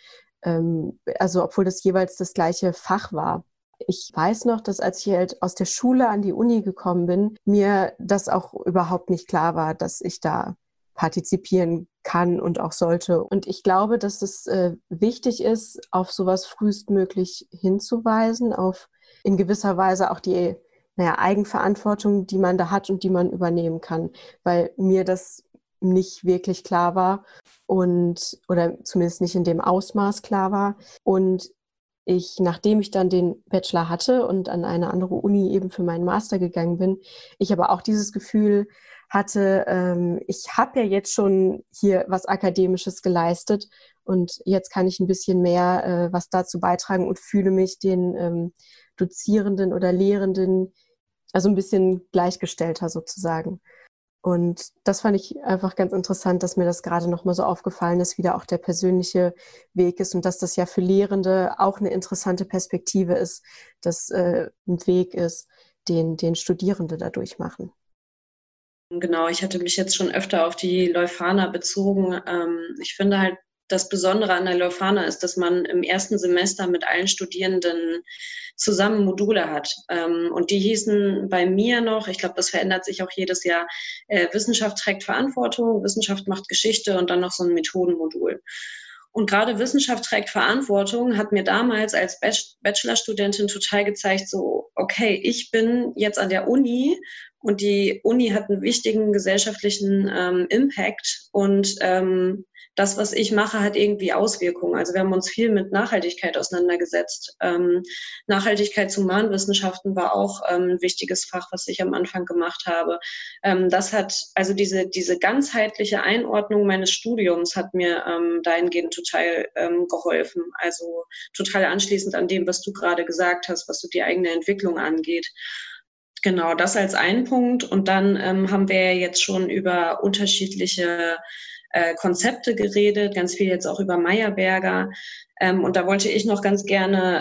[SPEAKER 1] obwohl das jeweils das gleiche Fach war. Ich weiß noch, dass als ich halt aus der Schule an die Uni gekommen bin, mir das auch überhaupt nicht klar war, dass ich da partizipieren kann und auch sollte. Und ich glaube, dass es wichtig ist, auf sowas frühestmöglich hinzuweisen, auf in gewisser Weise auch die Eigenverantwortung, die man da hat und die man übernehmen kann, weil mir das nicht wirklich klar war oder zumindest nicht in dem Ausmaß klar war. Und nachdem ich dann den Bachelor hatte und an eine andere Uni eben für meinen Master gegangen bin, ich aber auch dieses Gefühl hatte, ich habe ja jetzt schon hier was Akademisches geleistet und jetzt kann ich ein bisschen mehr was dazu beitragen und fühle mich den Dozierenden oder Lehrenden also ein bisschen gleichgestellter sozusagen. Und das fand ich einfach ganz interessant, dass mir das gerade nochmal so aufgefallen ist, wie da auch der persönliche Weg ist und dass das ja für Lehrende auch eine interessante Perspektive ist, dass ein Weg ist, den Studierende da durchmachen.
[SPEAKER 3] Genau, ich hatte mich jetzt schon öfter auf die Leuphana bezogen. Ich finde halt, das Besondere an der Leuphana ist, dass man im ersten Semester mit allen Studierenden zusammen Module hat. Und die hießen bei mir noch, ich glaube, das verändert sich auch jedes Jahr, Wissenschaft trägt Verantwortung, Wissenschaft macht Geschichte und dann noch so ein Methodenmodul. Und gerade Wissenschaft trägt Verantwortung hat mir damals als Bachelorstudentin total gezeigt, so, okay, ich bin jetzt an der Uni Und die Uni hat einen wichtigen gesellschaftlichen Impact und das, was ich mache, hat irgendwie Auswirkungen. Also wir haben uns viel mit Nachhaltigkeit auseinandergesetzt. Nachhaltigkeit zu Humanwissenschaften war auch ein wichtiges Fach, was ich am Anfang gemacht habe. Das hat, also diese ganzheitliche Einordnung meines Studiums hat mir dahingehend total geholfen. Also total anschließend an dem, was du gerade gesagt hast, was so die eigene Entwicklung angeht. Genau, das als ein Punkt. Und dann haben wir jetzt schon über unterschiedliche Konzepte geredet, ganz viel jetzt auch über Meyerberger. Und da wollte ich noch ganz gerne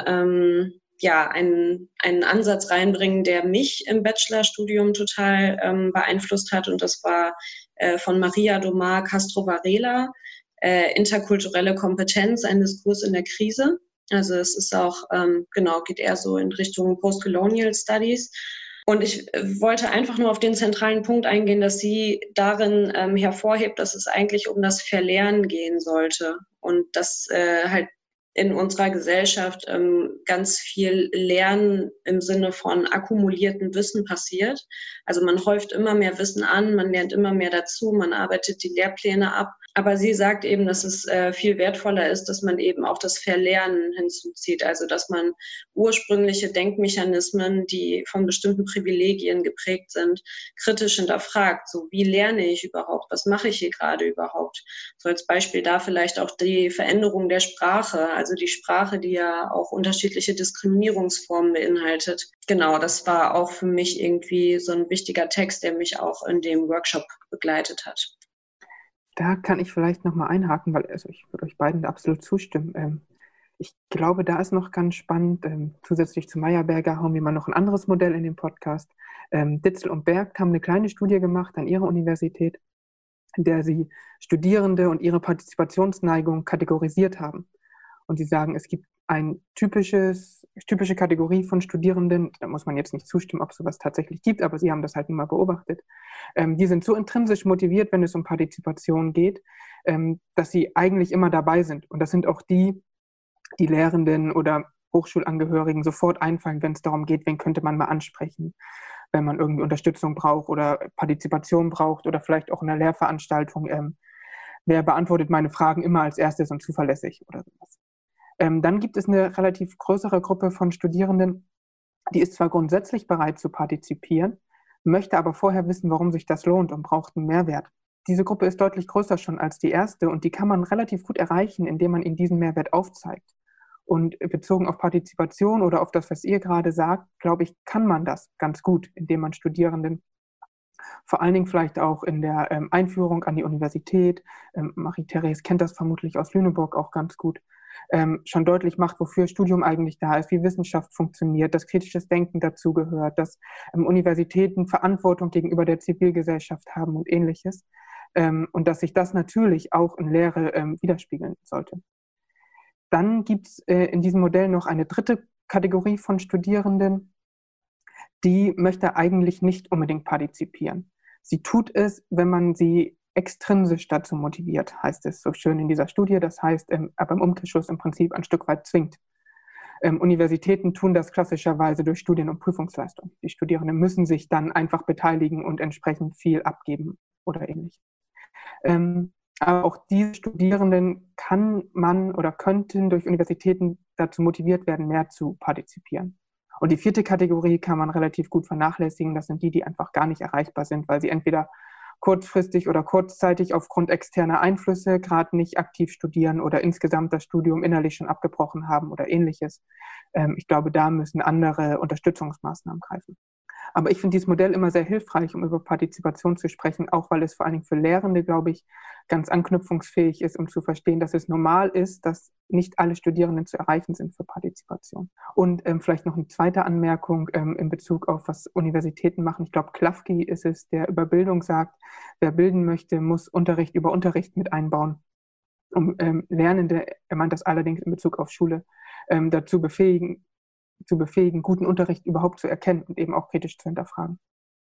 [SPEAKER 3] einen Ansatz reinbringen, der mich im Bachelorstudium total beeinflusst hat. Und das war von Maria Domar Castro Varela, interkulturelle Kompetenz, ein Diskurs in der Krise. Also es ist auch, geht eher so in Richtung Postcolonial Studies. Und ich wollte einfach nur auf den zentralen Punkt eingehen, dass sie darin hervorhebt, dass es eigentlich um das Verlernen gehen sollte und dass halt in unserer Gesellschaft ganz viel Lernen im Sinne von akkumuliertem Wissen passiert. Also man häuft immer mehr Wissen an, man lernt immer mehr dazu, man arbeitet die Lehrpläne ab. Aber sie sagt eben, dass es viel wertvoller ist, dass man eben auch das Verlernen hinzuzieht. Also dass man ursprüngliche Denkmechanismen, die von bestimmten Privilegien geprägt sind, kritisch hinterfragt. So, wie lerne ich überhaupt? Was mache ich hier gerade überhaupt? So als Beispiel da vielleicht auch die Veränderung der Sprache, also die Sprache, die ja auch unterschiedliche Diskriminierungsformen beinhaltet. Genau, das war auch für mich irgendwie so ein wichtiger Text, der mich auch in dem Workshop begleitet hat.
[SPEAKER 2] Da kann ich vielleicht nochmal einhaken, weil ich würde euch beiden absolut zustimmen. Ich glaube, da ist noch ganz spannend, zusätzlich zu Meyerberger haben wir mal noch ein anderes Modell in dem Podcast. Ditzel und Berg haben eine kleine Studie gemacht an ihrer Universität, in der sie Studierende und ihre Partizipationsneigung kategorisiert haben. Und sie sagen, es gibt eine typische Kategorie von Studierenden, da muss man jetzt nicht zustimmen, ob es sowas tatsächlich gibt, aber sie haben das halt nun mal beobachtet. Die sind so intrinsisch motiviert, wenn es um Partizipation geht, dass sie eigentlich immer dabei sind. Und das sind auch die Lehrenden oder Hochschulangehörigen sofort einfallen, wenn es darum geht, wen könnte man mal ansprechen, wenn man irgendwie Unterstützung braucht oder Partizipation braucht oder vielleicht auch in einer Lehrveranstaltung. Wer beantwortet meine Fragen immer als erstes und zuverlässig oder sowas. Dann gibt es eine relativ größere Gruppe von Studierenden, die ist zwar grundsätzlich bereit zu partizipieren, möchte aber vorher wissen, warum sich das lohnt und braucht einen Mehrwert. Diese Gruppe ist deutlich größer schon als die erste und die kann man relativ gut erreichen, indem man ihnen diesen Mehrwert aufzeigt. Und bezogen auf Partizipation oder auf das, was ihr gerade sagt, glaube ich, kann man das ganz gut, indem man Studierenden vor allen Dingen vielleicht auch in der Einführung an die Universität, Marie-Therese kennt das vermutlich aus Lüneburg auch ganz gut, schon deutlich macht, wofür Studium eigentlich da ist, wie Wissenschaft funktioniert, dass kritisches Denken dazugehört, dass Universitäten Verantwortung gegenüber der Zivilgesellschaft haben und Ähnliches. Und dass sich das natürlich auch in Lehre widerspiegeln sollte. Dann gibt es in diesem Modell noch eine dritte Kategorie von Studierenden, die möchte eigentlich nicht unbedingt partizipieren. Sie tut es, wenn man sie extrinsisch dazu motiviert, heißt es so schön in dieser Studie. Das heißt, aber im Umkehrschluss im Prinzip ein Stück weit zwingt. Universitäten tun das klassischerweise durch Studien- und Prüfungsleistung. Die Studierenden müssen sich dann einfach beteiligen und entsprechend viel abgeben oder ähnlich. Aber auch diese Studierenden kann man oder könnten durch Universitäten dazu motiviert werden, mehr zu partizipieren. Und die vierte Kategorie kann man relativ gut vernachlässigen. Das sind die einfach gar nicht erreichbar sind, weil sie entweder kurzfristig oder kurzzeitig aufgrund externer Einflüsse gerade nicht aktiv studieren oder insgesamt das Studium innerlich schon abgebrochen haben oder ähnliches. Ich glaube, da müssen andere Unterstützungsmaßnahmen greifen. Aber ich finde dieses Modell immer sehr hilfreich, um über Partizipation zu sprechen, auch weil es vor allen Dingen für Lehrende, glaube ich, ganz anknüpfungsfähig ist, um zu verstehen, dass es normal ist, dass nicht alle Studierenden zu erreichen sind für Partizipation. Und vielleicht noch eine zweite Anmerkung in Bezug auf, was Universitäten machen. Ich glaube, Klafki ist es, der über Bildung sagt, wer bilden möchte, muss Unterricht über Unterricht mit einbauen, um Lernende, er meint das allerdings in Bezug auf Schule, dazu befähigen, guten Unterricht überhaupt zu erkennen und eben auch kritisch zu hinterfragen.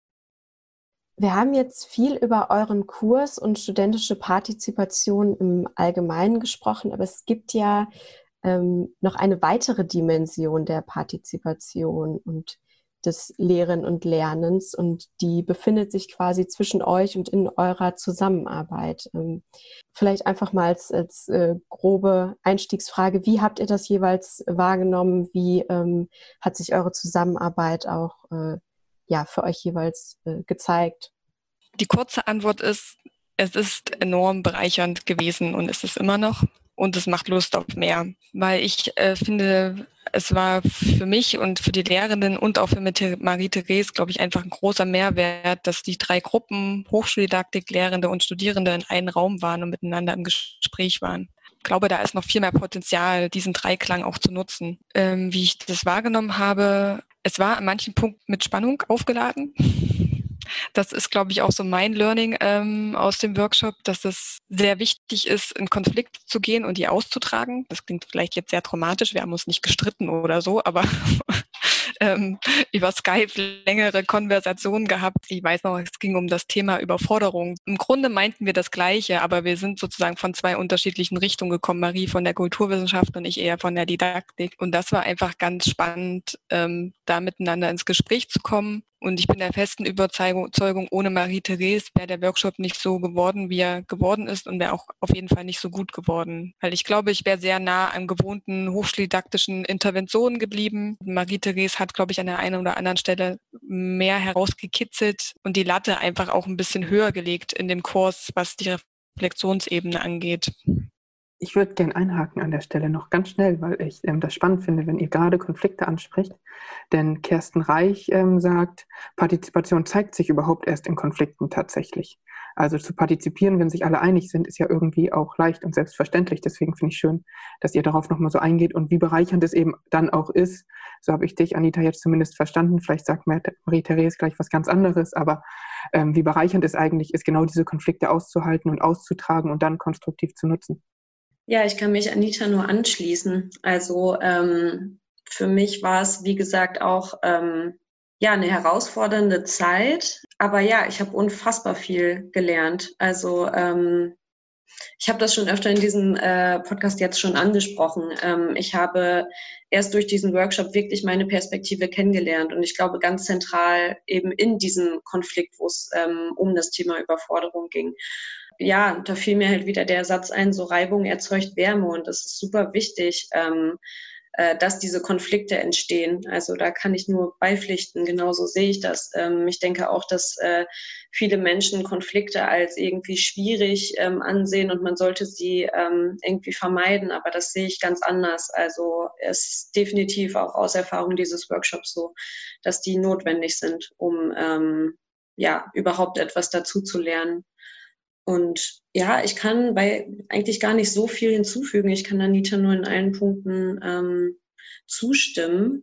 [SPEAKER 1] Wir haben jetzt viel über euren Kurs und studentische Partizipation im Allgemeinen gesprochen, aber es gibt ja noch eine weitere Dimension der Partizipation. Und des Lehren und Lernens und die befindet sich quasi zwischen euch und in eurer Zusammenarbeit. Vielleicht einfach mal als grobe Einstiegsfrage, wie habt ihr das jeweils wahrgenommen? Wie hat sich eure Zusammenarbeit auch für euch jeweils gezeigt?
[SPEAKER 4] Die kurze Antwort ist, es ist enorm bereichernd gewesen und es ist immer noch. Und es macht Lust auf mehr, weil ich finde, es war für mich und für die Lehrenden und auch für Marie-Therese, glaube ich, einfach ein großer Mehrwert, dass die 3 Gruppen, Hochschuldidaktik, Lehrende und Studierende in einem Raum waren und miteinander im Gespräch waren. Ich glaube, da ist noch viel mehr Potenzial, diesen Dreiklang auch zu nutzen. Wie ich das wahrgenommen habe, es war an manchen Punkten mit Spannung aufgeladen. Das ist, glaube ich, auch so mein Learning aus dem Workshop, dass es sehr wichtig ist, in Konflikt zu gehen und die auszutragen. Das klingt vielleicht jetzt sehr traumatisch, wir haben uns nicht gestritten oder so, aber über Skype längere Konversationen gehabt. Ich weiß noch, es ging um das Thema Überforderung. Im Grunde meinten wir das Gleiche, aber wir sind sozusagen von 2 unterschiedlichen Richtungen gekommen. Marie von der Kulturwissenschaft und ich eher von der Didaktik. Und das war einfach ganz spannend, da miteinander ins Gespräch zu kommen. Und ich bin der festen Überzeugung, ohne Marie-Therese wäre der Workshop nicht so geworden, wie er geworden ist und wäre auch auf jeden Fall nicht so gut geworden. Weil ich glaube, ich wäre sehr nah an gewohnten hochschuldidaktischen Interventionen geblieben. Marie-Therese hat, glaube ich, an der einen oder anderen Stelle mehr herausgekitzelt und die Latte einfach auch ein bisschen höher gelegt in dem Kurs, was die Reflexionsebene angeht.
[SPEAKER 2] Ich würde gerne einhaken an der Stelle noch ganz schnell, weil ich das spannend finde, wenn ihr gerade Konflikte anspricht. Denn Kerstin Reich sagt, Partizipation zeigt sich überhaupt erst in Konflikten tatsächlich. Also zu partizipieren, wenn sich alle einig sind, ist ja irgendwie auch leicht und selbstverständlich. Deswegen finde ich schön, dass ihr darauf nochmal so eingeht und wie bereichernd es eben dann auch ist. So habe ich dich, Anita, jetzt zumindest verstanden. Vielleicht sagt Marie-Therese gleich was ganz anderes, aber wie bereichernd es eigentlich ist, genau diese Konflikte auszuhalten und auszutragen und dann konstruktiv zu nutzen.
[SPEAKER 3] Ja, ich kann mich Anita nur anschließen. Also für mich war es, wie gesagt, auch eine herausfordernde Zeit. Aber ja, ich habe unfassbar viel gelernt. Also ich habe das schon öfter in diesem Podcast jetzt schon angesprochen. Ich habe erst durch diesen Workshop wirklich meine Perspektive kennengelernt. Und ich glaube, ganz zentral eben in diesem Konflikt, wo es um das Thema Überforderung ging. Ja, da fiel mir halt wieder der Satz ein, so Reibung erzeugt Wärme und das ist super wichtig, dass diese Konflikte entstehen. Also da kann ich nur beipflichten, genauso sehe ich das. Ich denke auch, dass viele Menschen Konflikte als irgendwie schwierig ansehen und man sollte sie irgendwie vermeiden, aber das sehe ich ganz anders. Also es ist definitiv auch aus Erfahrung dieses Workshops so, dass die notwendig sind, um überhaupt etwas dazu zu lernen. Und ja, ich kann bei eigentlich gar nicht so viel hinzufügen. Ich kann Anita nur in allen Punkten zustimmen.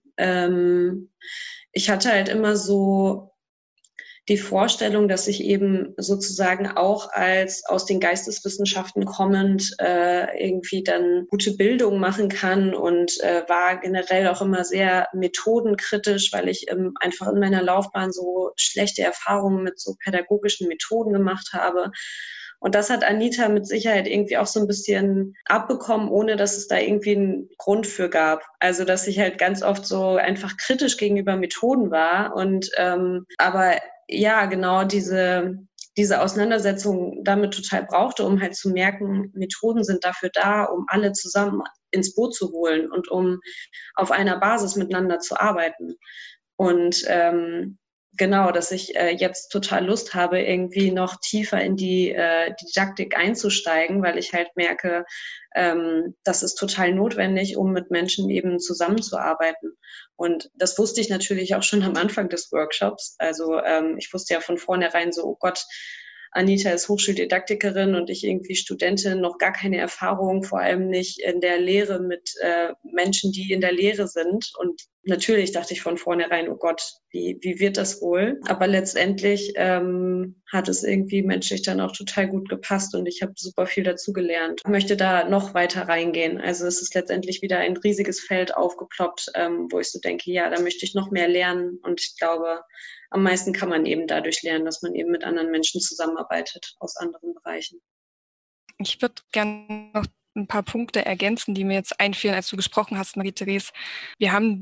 [SPEAKER 3] Ich hatte halt immer so die Vorstellung, dass ich eben sozusagen auch als aus den Geisteswissenschaften kommend irgendwie dann gute Bildung machen kann und war generell auch immer sehr methodenkritisch, weil ich einfach in meiner Laufbahn so schlechte Erfahrungen mit so pädagogischen Methoden gemacht habe. Und das hat Anita mit Sicherheit irgendwie auch so ein bisschen abbekommen, ohne dass es da irgendwie einen Grund für gab. Also dass ich halt ganz oft so einfach kritisch gegenüber Methoden war und aber ja, genau diese Auseinandersetzung damit total brauchte, um halt zu merken, Methoden sind dafür da, um alle zusammen ins Boot zu holen und um auf einer Basis miteinander zu arbeiten. Und genau, dass ich jetzt total Lust habe, irgendwie noch tiefer in die Didaktik einzusteigen, weil ich halt merke, das ist total notwendig, um mit Menschen eben zusammenzuarbeiten. Und das wusste ich natürlich auch schon am Anfang des Workshops. Also ich wusste ja von vornherein so, oh Gott, Anita ist Hochschuldidaktikerin und ich irgendwie Studentin, noch gar keine Erfahrung, vor allem nicht in der Lehre mit Menschen, die in der Lehre sind. Und natürlich dachte ich von vornherein, oh Gott, wie wird das wohl? Aber letztendlich hat es irgendwie menschlich dann auch total gut gepasst und ich habe super viel dazu gelernt. Ich möchte da noch weiter reingehen. Also es ist letztendlich wieder ein riesiges Feld aufgeploppt, wo ich so denke, ja, da möchte ich noch mehr lernen und ich glaube, am meisten kann man eben dadurch lernen, dass man eben mit anderen Menschen zusammenarbeitet aus anderen Bereichen.
[SPEAKER 4] Ich würde gerne noch ein paar Punkte ergänzen, die mir jetzt einfielen, als du gesprochen hast, Marie-Therese. Wir haben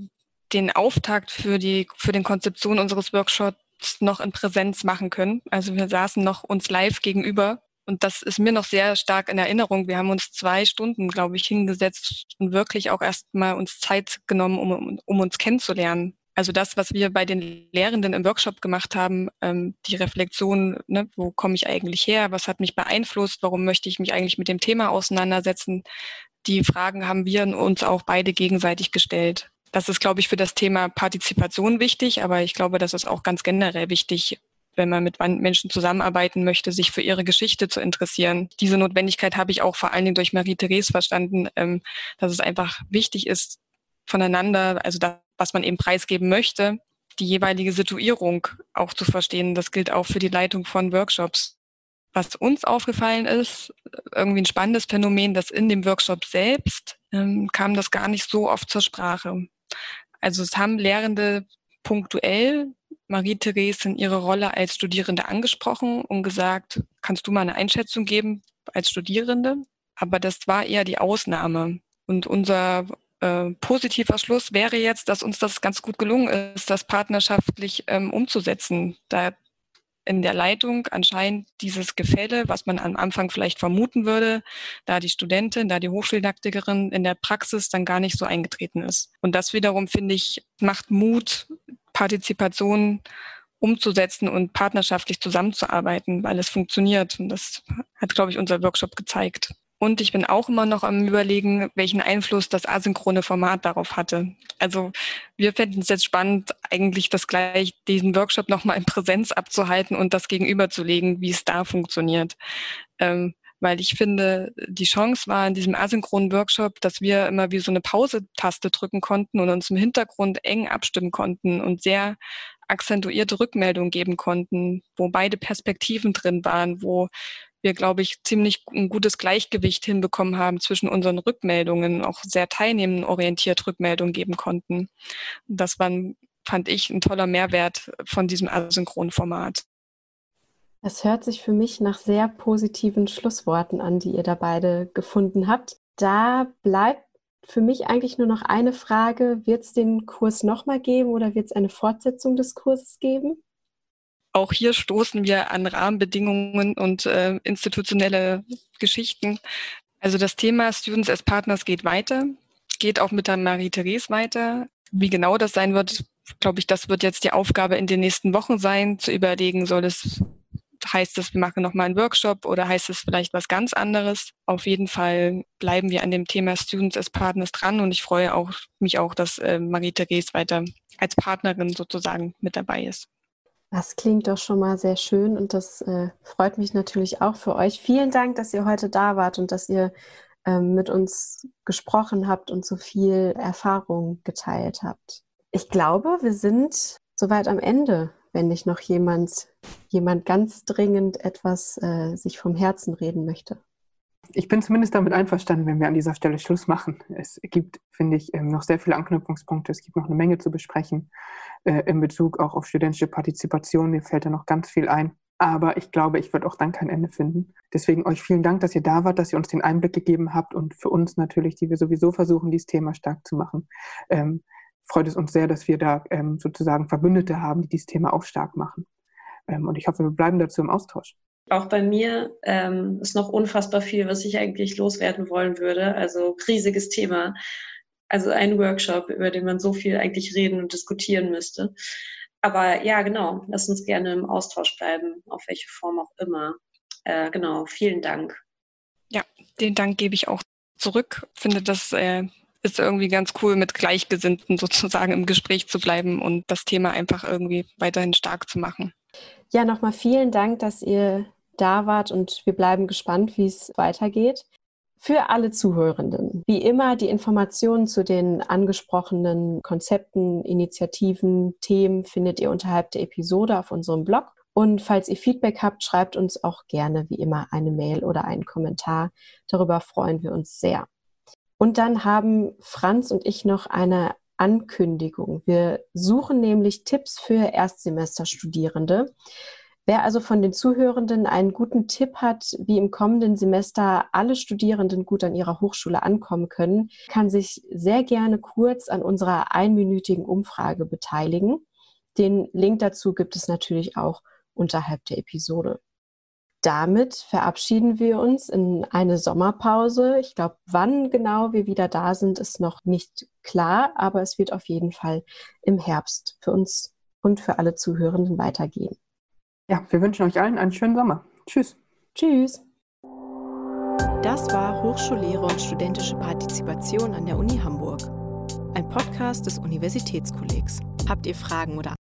[SPEAKER 4] den Auftakt für den Konzeption unseres Workshops noch in Präsenz machen können. Also wir saßen noch uns live gegenüber und das ist mir noch sehr stark in Erinnerung. Wir haben uns 2 Stunden, glaube ich, hingesetzt und wirklich auch erstmal uns Zeit genommen, um uns kennenzulernen. Also das, was wir bei den Lehrenden im Workshop gemacht haben, die Reflexion, ne, wo komme ich eigentlich her, was hat mich beeinflusst, warum möchte ich mich eigentlich mit dem Thema auseinandersetzen, die Fragen haben wir uns auch beide gegenseitig gestellt. Das ist, glaube ich, für das Thema Partizipation wichtig, aber ich glaube, das ist auch ganz generell wichtig, wenn man mit Menschen zusammenarbeiten möchte, sich für ihre Geschichte zu interessieren. Diese Notwendigkeit habe ich auch vor allen Dingen durch Marie-Therese verstanden, dass es einfach wichtig ist, voneinander, also das, was man eben preisgeben möchte, die jeweilige Situierung auch zu verstehen. Das gilt auch für die Leitung von Workshops. Was uns aufgefallen ist, irgendwie ein spannendes Phänomen, dass in dem Workshop selbst kam das gar nicht so oft zur Sprache. Also es haben Lehrende punktuell Marie-Therese in ihre Rolle als Studierende angesprochen und gesagt, kannst du mal eine Einschätzung geben als Studierende? Aber das war eher die Ausnahme. Und unser positiver Schluss wäre jetzt, dass uns das ganz gut gelungen ist, das partnerschaftlich umzusetzen. Da in der Leitung anscheinend dieses Gefälle, was man am Anfang vielleicht vermuten würde, da die Studentin, da die Hochschuldidaktikerin in der Praxis dann gar nicht so eingetreten ist. Und das wiederum, finde ich, macht Mut, Partizipation umzusetzen und partnerschaftlich zusammenzuarbeiten, weil es funktioniert. Und das hat, glaube ich, unser Workshop gezeigt. Und ich bin auch immer noch am Überlegen, welchen Einfluss das asynchrone Format darauf hatte. Also wir fänden es jetzt spannend, eigentlich diesen Workshop nochmal in Präsenz abzuhalten und das gegenüberzulegen, wie es da funktioniert. Weil ich finde, die Chance war in diesem asynchronen Workshop, dass wir immer wie so eine Pause-Taste drücken konnten und uns im Hintergrund eng abstimmen konnten und sehr akzentuierte Rückmeldungen geben konnten, wo beide Perspektiven drin waren, wo wir, glaube ich, ziemlich ein gutes Gleichgewicht hinbekommen haben zwischen unseren Rückmeldungen, auch sehr teilnehmendenorientiert Rückmeldungen geben konnten. Das fand ich, ein toller Mehrwert von diesem asynchronen Format.
[SPEAKER 1] Das hört sich für mich nach sehr positiven Schlussworten an, die ihr da beide gefunden habt. Da bleibt für mich eigentlich nur noch eine Frage. Wird es den Kurs nochmal geben oder wird es eine Fortsetzung des Kurses geben?
[SPEAKER 4] Auch hier stoßen wir an Rahmenbedingungen und institutionelle Geschichten. Also das Thema Students as Partners geht weiter, geht auch mit der Marie-Therese weiter. Wie genau das sein wird, glaube ich, das wird jetzt die Aufgabe in den nächsten Wochen sein, zu überlegen, heißt es, wir machen nochmal einen Workshop oder heißt es vielleicht was ganz anderes? Auf jeden Fall bleiben wir an dem Thema Students as Partners dran und ich freue mich auch, dass Marie-Therese weiter als Partnerin sozusagen mit dabei ist.
[SPEAKER 1] Das klingt doch schon mal sehr schön und das freut mich natürlich auch für euch. Vielen Dank, dass ihr heute da wart und dass ihr mit uns gesprochen habt und so viel Erfahrung geteilt habt. Ich glaube, wir sind soweit am Ende, wenn nicht noch jemand ganz dringend etwas sich vom Herzen reden möchte.
[SPEAKER 2] Ich bin zumindest damit einverstanden, wenn wir an dieser Stelle Schluss machen. Es gibt, finde ich, noch sehr viele Anknüpfungspunkte. Es gibt noch eine Menge zu besprechen in Bezug auch auf studentische Partizipation. Mir fällt da noch ganz viel ein. Aber ich glaube, ich würde auch dann kein Ende finden. Deswegen euch vielen Dank, dass ihr da wart, dass ihr uns den Einblick gegeben habt und für uns natürlich, die wir sowieso versuchen, dieses Thema stark zu machen, freut es uns sehr, dass wir da sozusagen Verbündete haben, die dieses Thema auch stark machen. Und ich hoffe, wir bleiben dazu im Austausch.
[SPEAKER 3] Auch bei mir ist noch unfassbar viel, was ich eigentlich loswerden wollen würde. Also riesiges Thema. Also ein Workshop, über den man so viel eigentlich reden und diskutieren müsste. Aber ja, genau, lasst uns gerne im Austausch bleiben, auf welche Form auch immer. Genau, vielen Dank.
[SPEAKER 4] Ja, den Dank gebe ich auch zurück. Ich finde, das ist irgendwie ganz cool, mit Gleichgesinnten sozusagen im Gespräch zu bleiben und das Thema einfach irgendwie weiterhin stark zu machen.
[SPEAKER 1] Ja, nochmal vielen Dank, dass ihr da wart und wir bleiben gespannt, wie es weitergeht. Für alle Zuhörenden, wie immer, die Informationen zu den angesprochenen Konzepten, Initiativen, Themen findet ihr unterhalb der Episode auf unserem Blog. Und falls ihr Feedback habt, schreibt uns auch gerne wie immer eine Mail oder einen Kommentar. Darüber freuen wir uns sehr. Und dann haben Franz und ich noch eine Ankündigung. Wir suchen nämlich Tipps für Erstsemesterstudierende. Wer also von den Zuhörenden einen guten Tipp hat, wie im kommenden Semester alle Studierenden gut an ihrer Hochschule ankommen können, kann sich sehr gerne kurz an unserer einminütigen Umfrage beteiligen. Den Link dazu gibt es natürlich auch unterhalb der Episode. Damit verabschieden wir uns in eine Sommerpause. Ich glaube, wann genau wir wieder da sind, ist noch nicht klar, aber es wird auf jeden Fall im Herbst für uns und für alle Zuhörenden weitergehen.
[SPEAKER 2] Ja, wir wünschen euch allen einen schönen Sommer. Tschüss.
[SPEAKER 1] Tschüss. Das war Hochschullehre und studentische Partizipation an der Uni Hamburg. Ein Podcast des Universitätskollegs. Habt ihr Fragen oder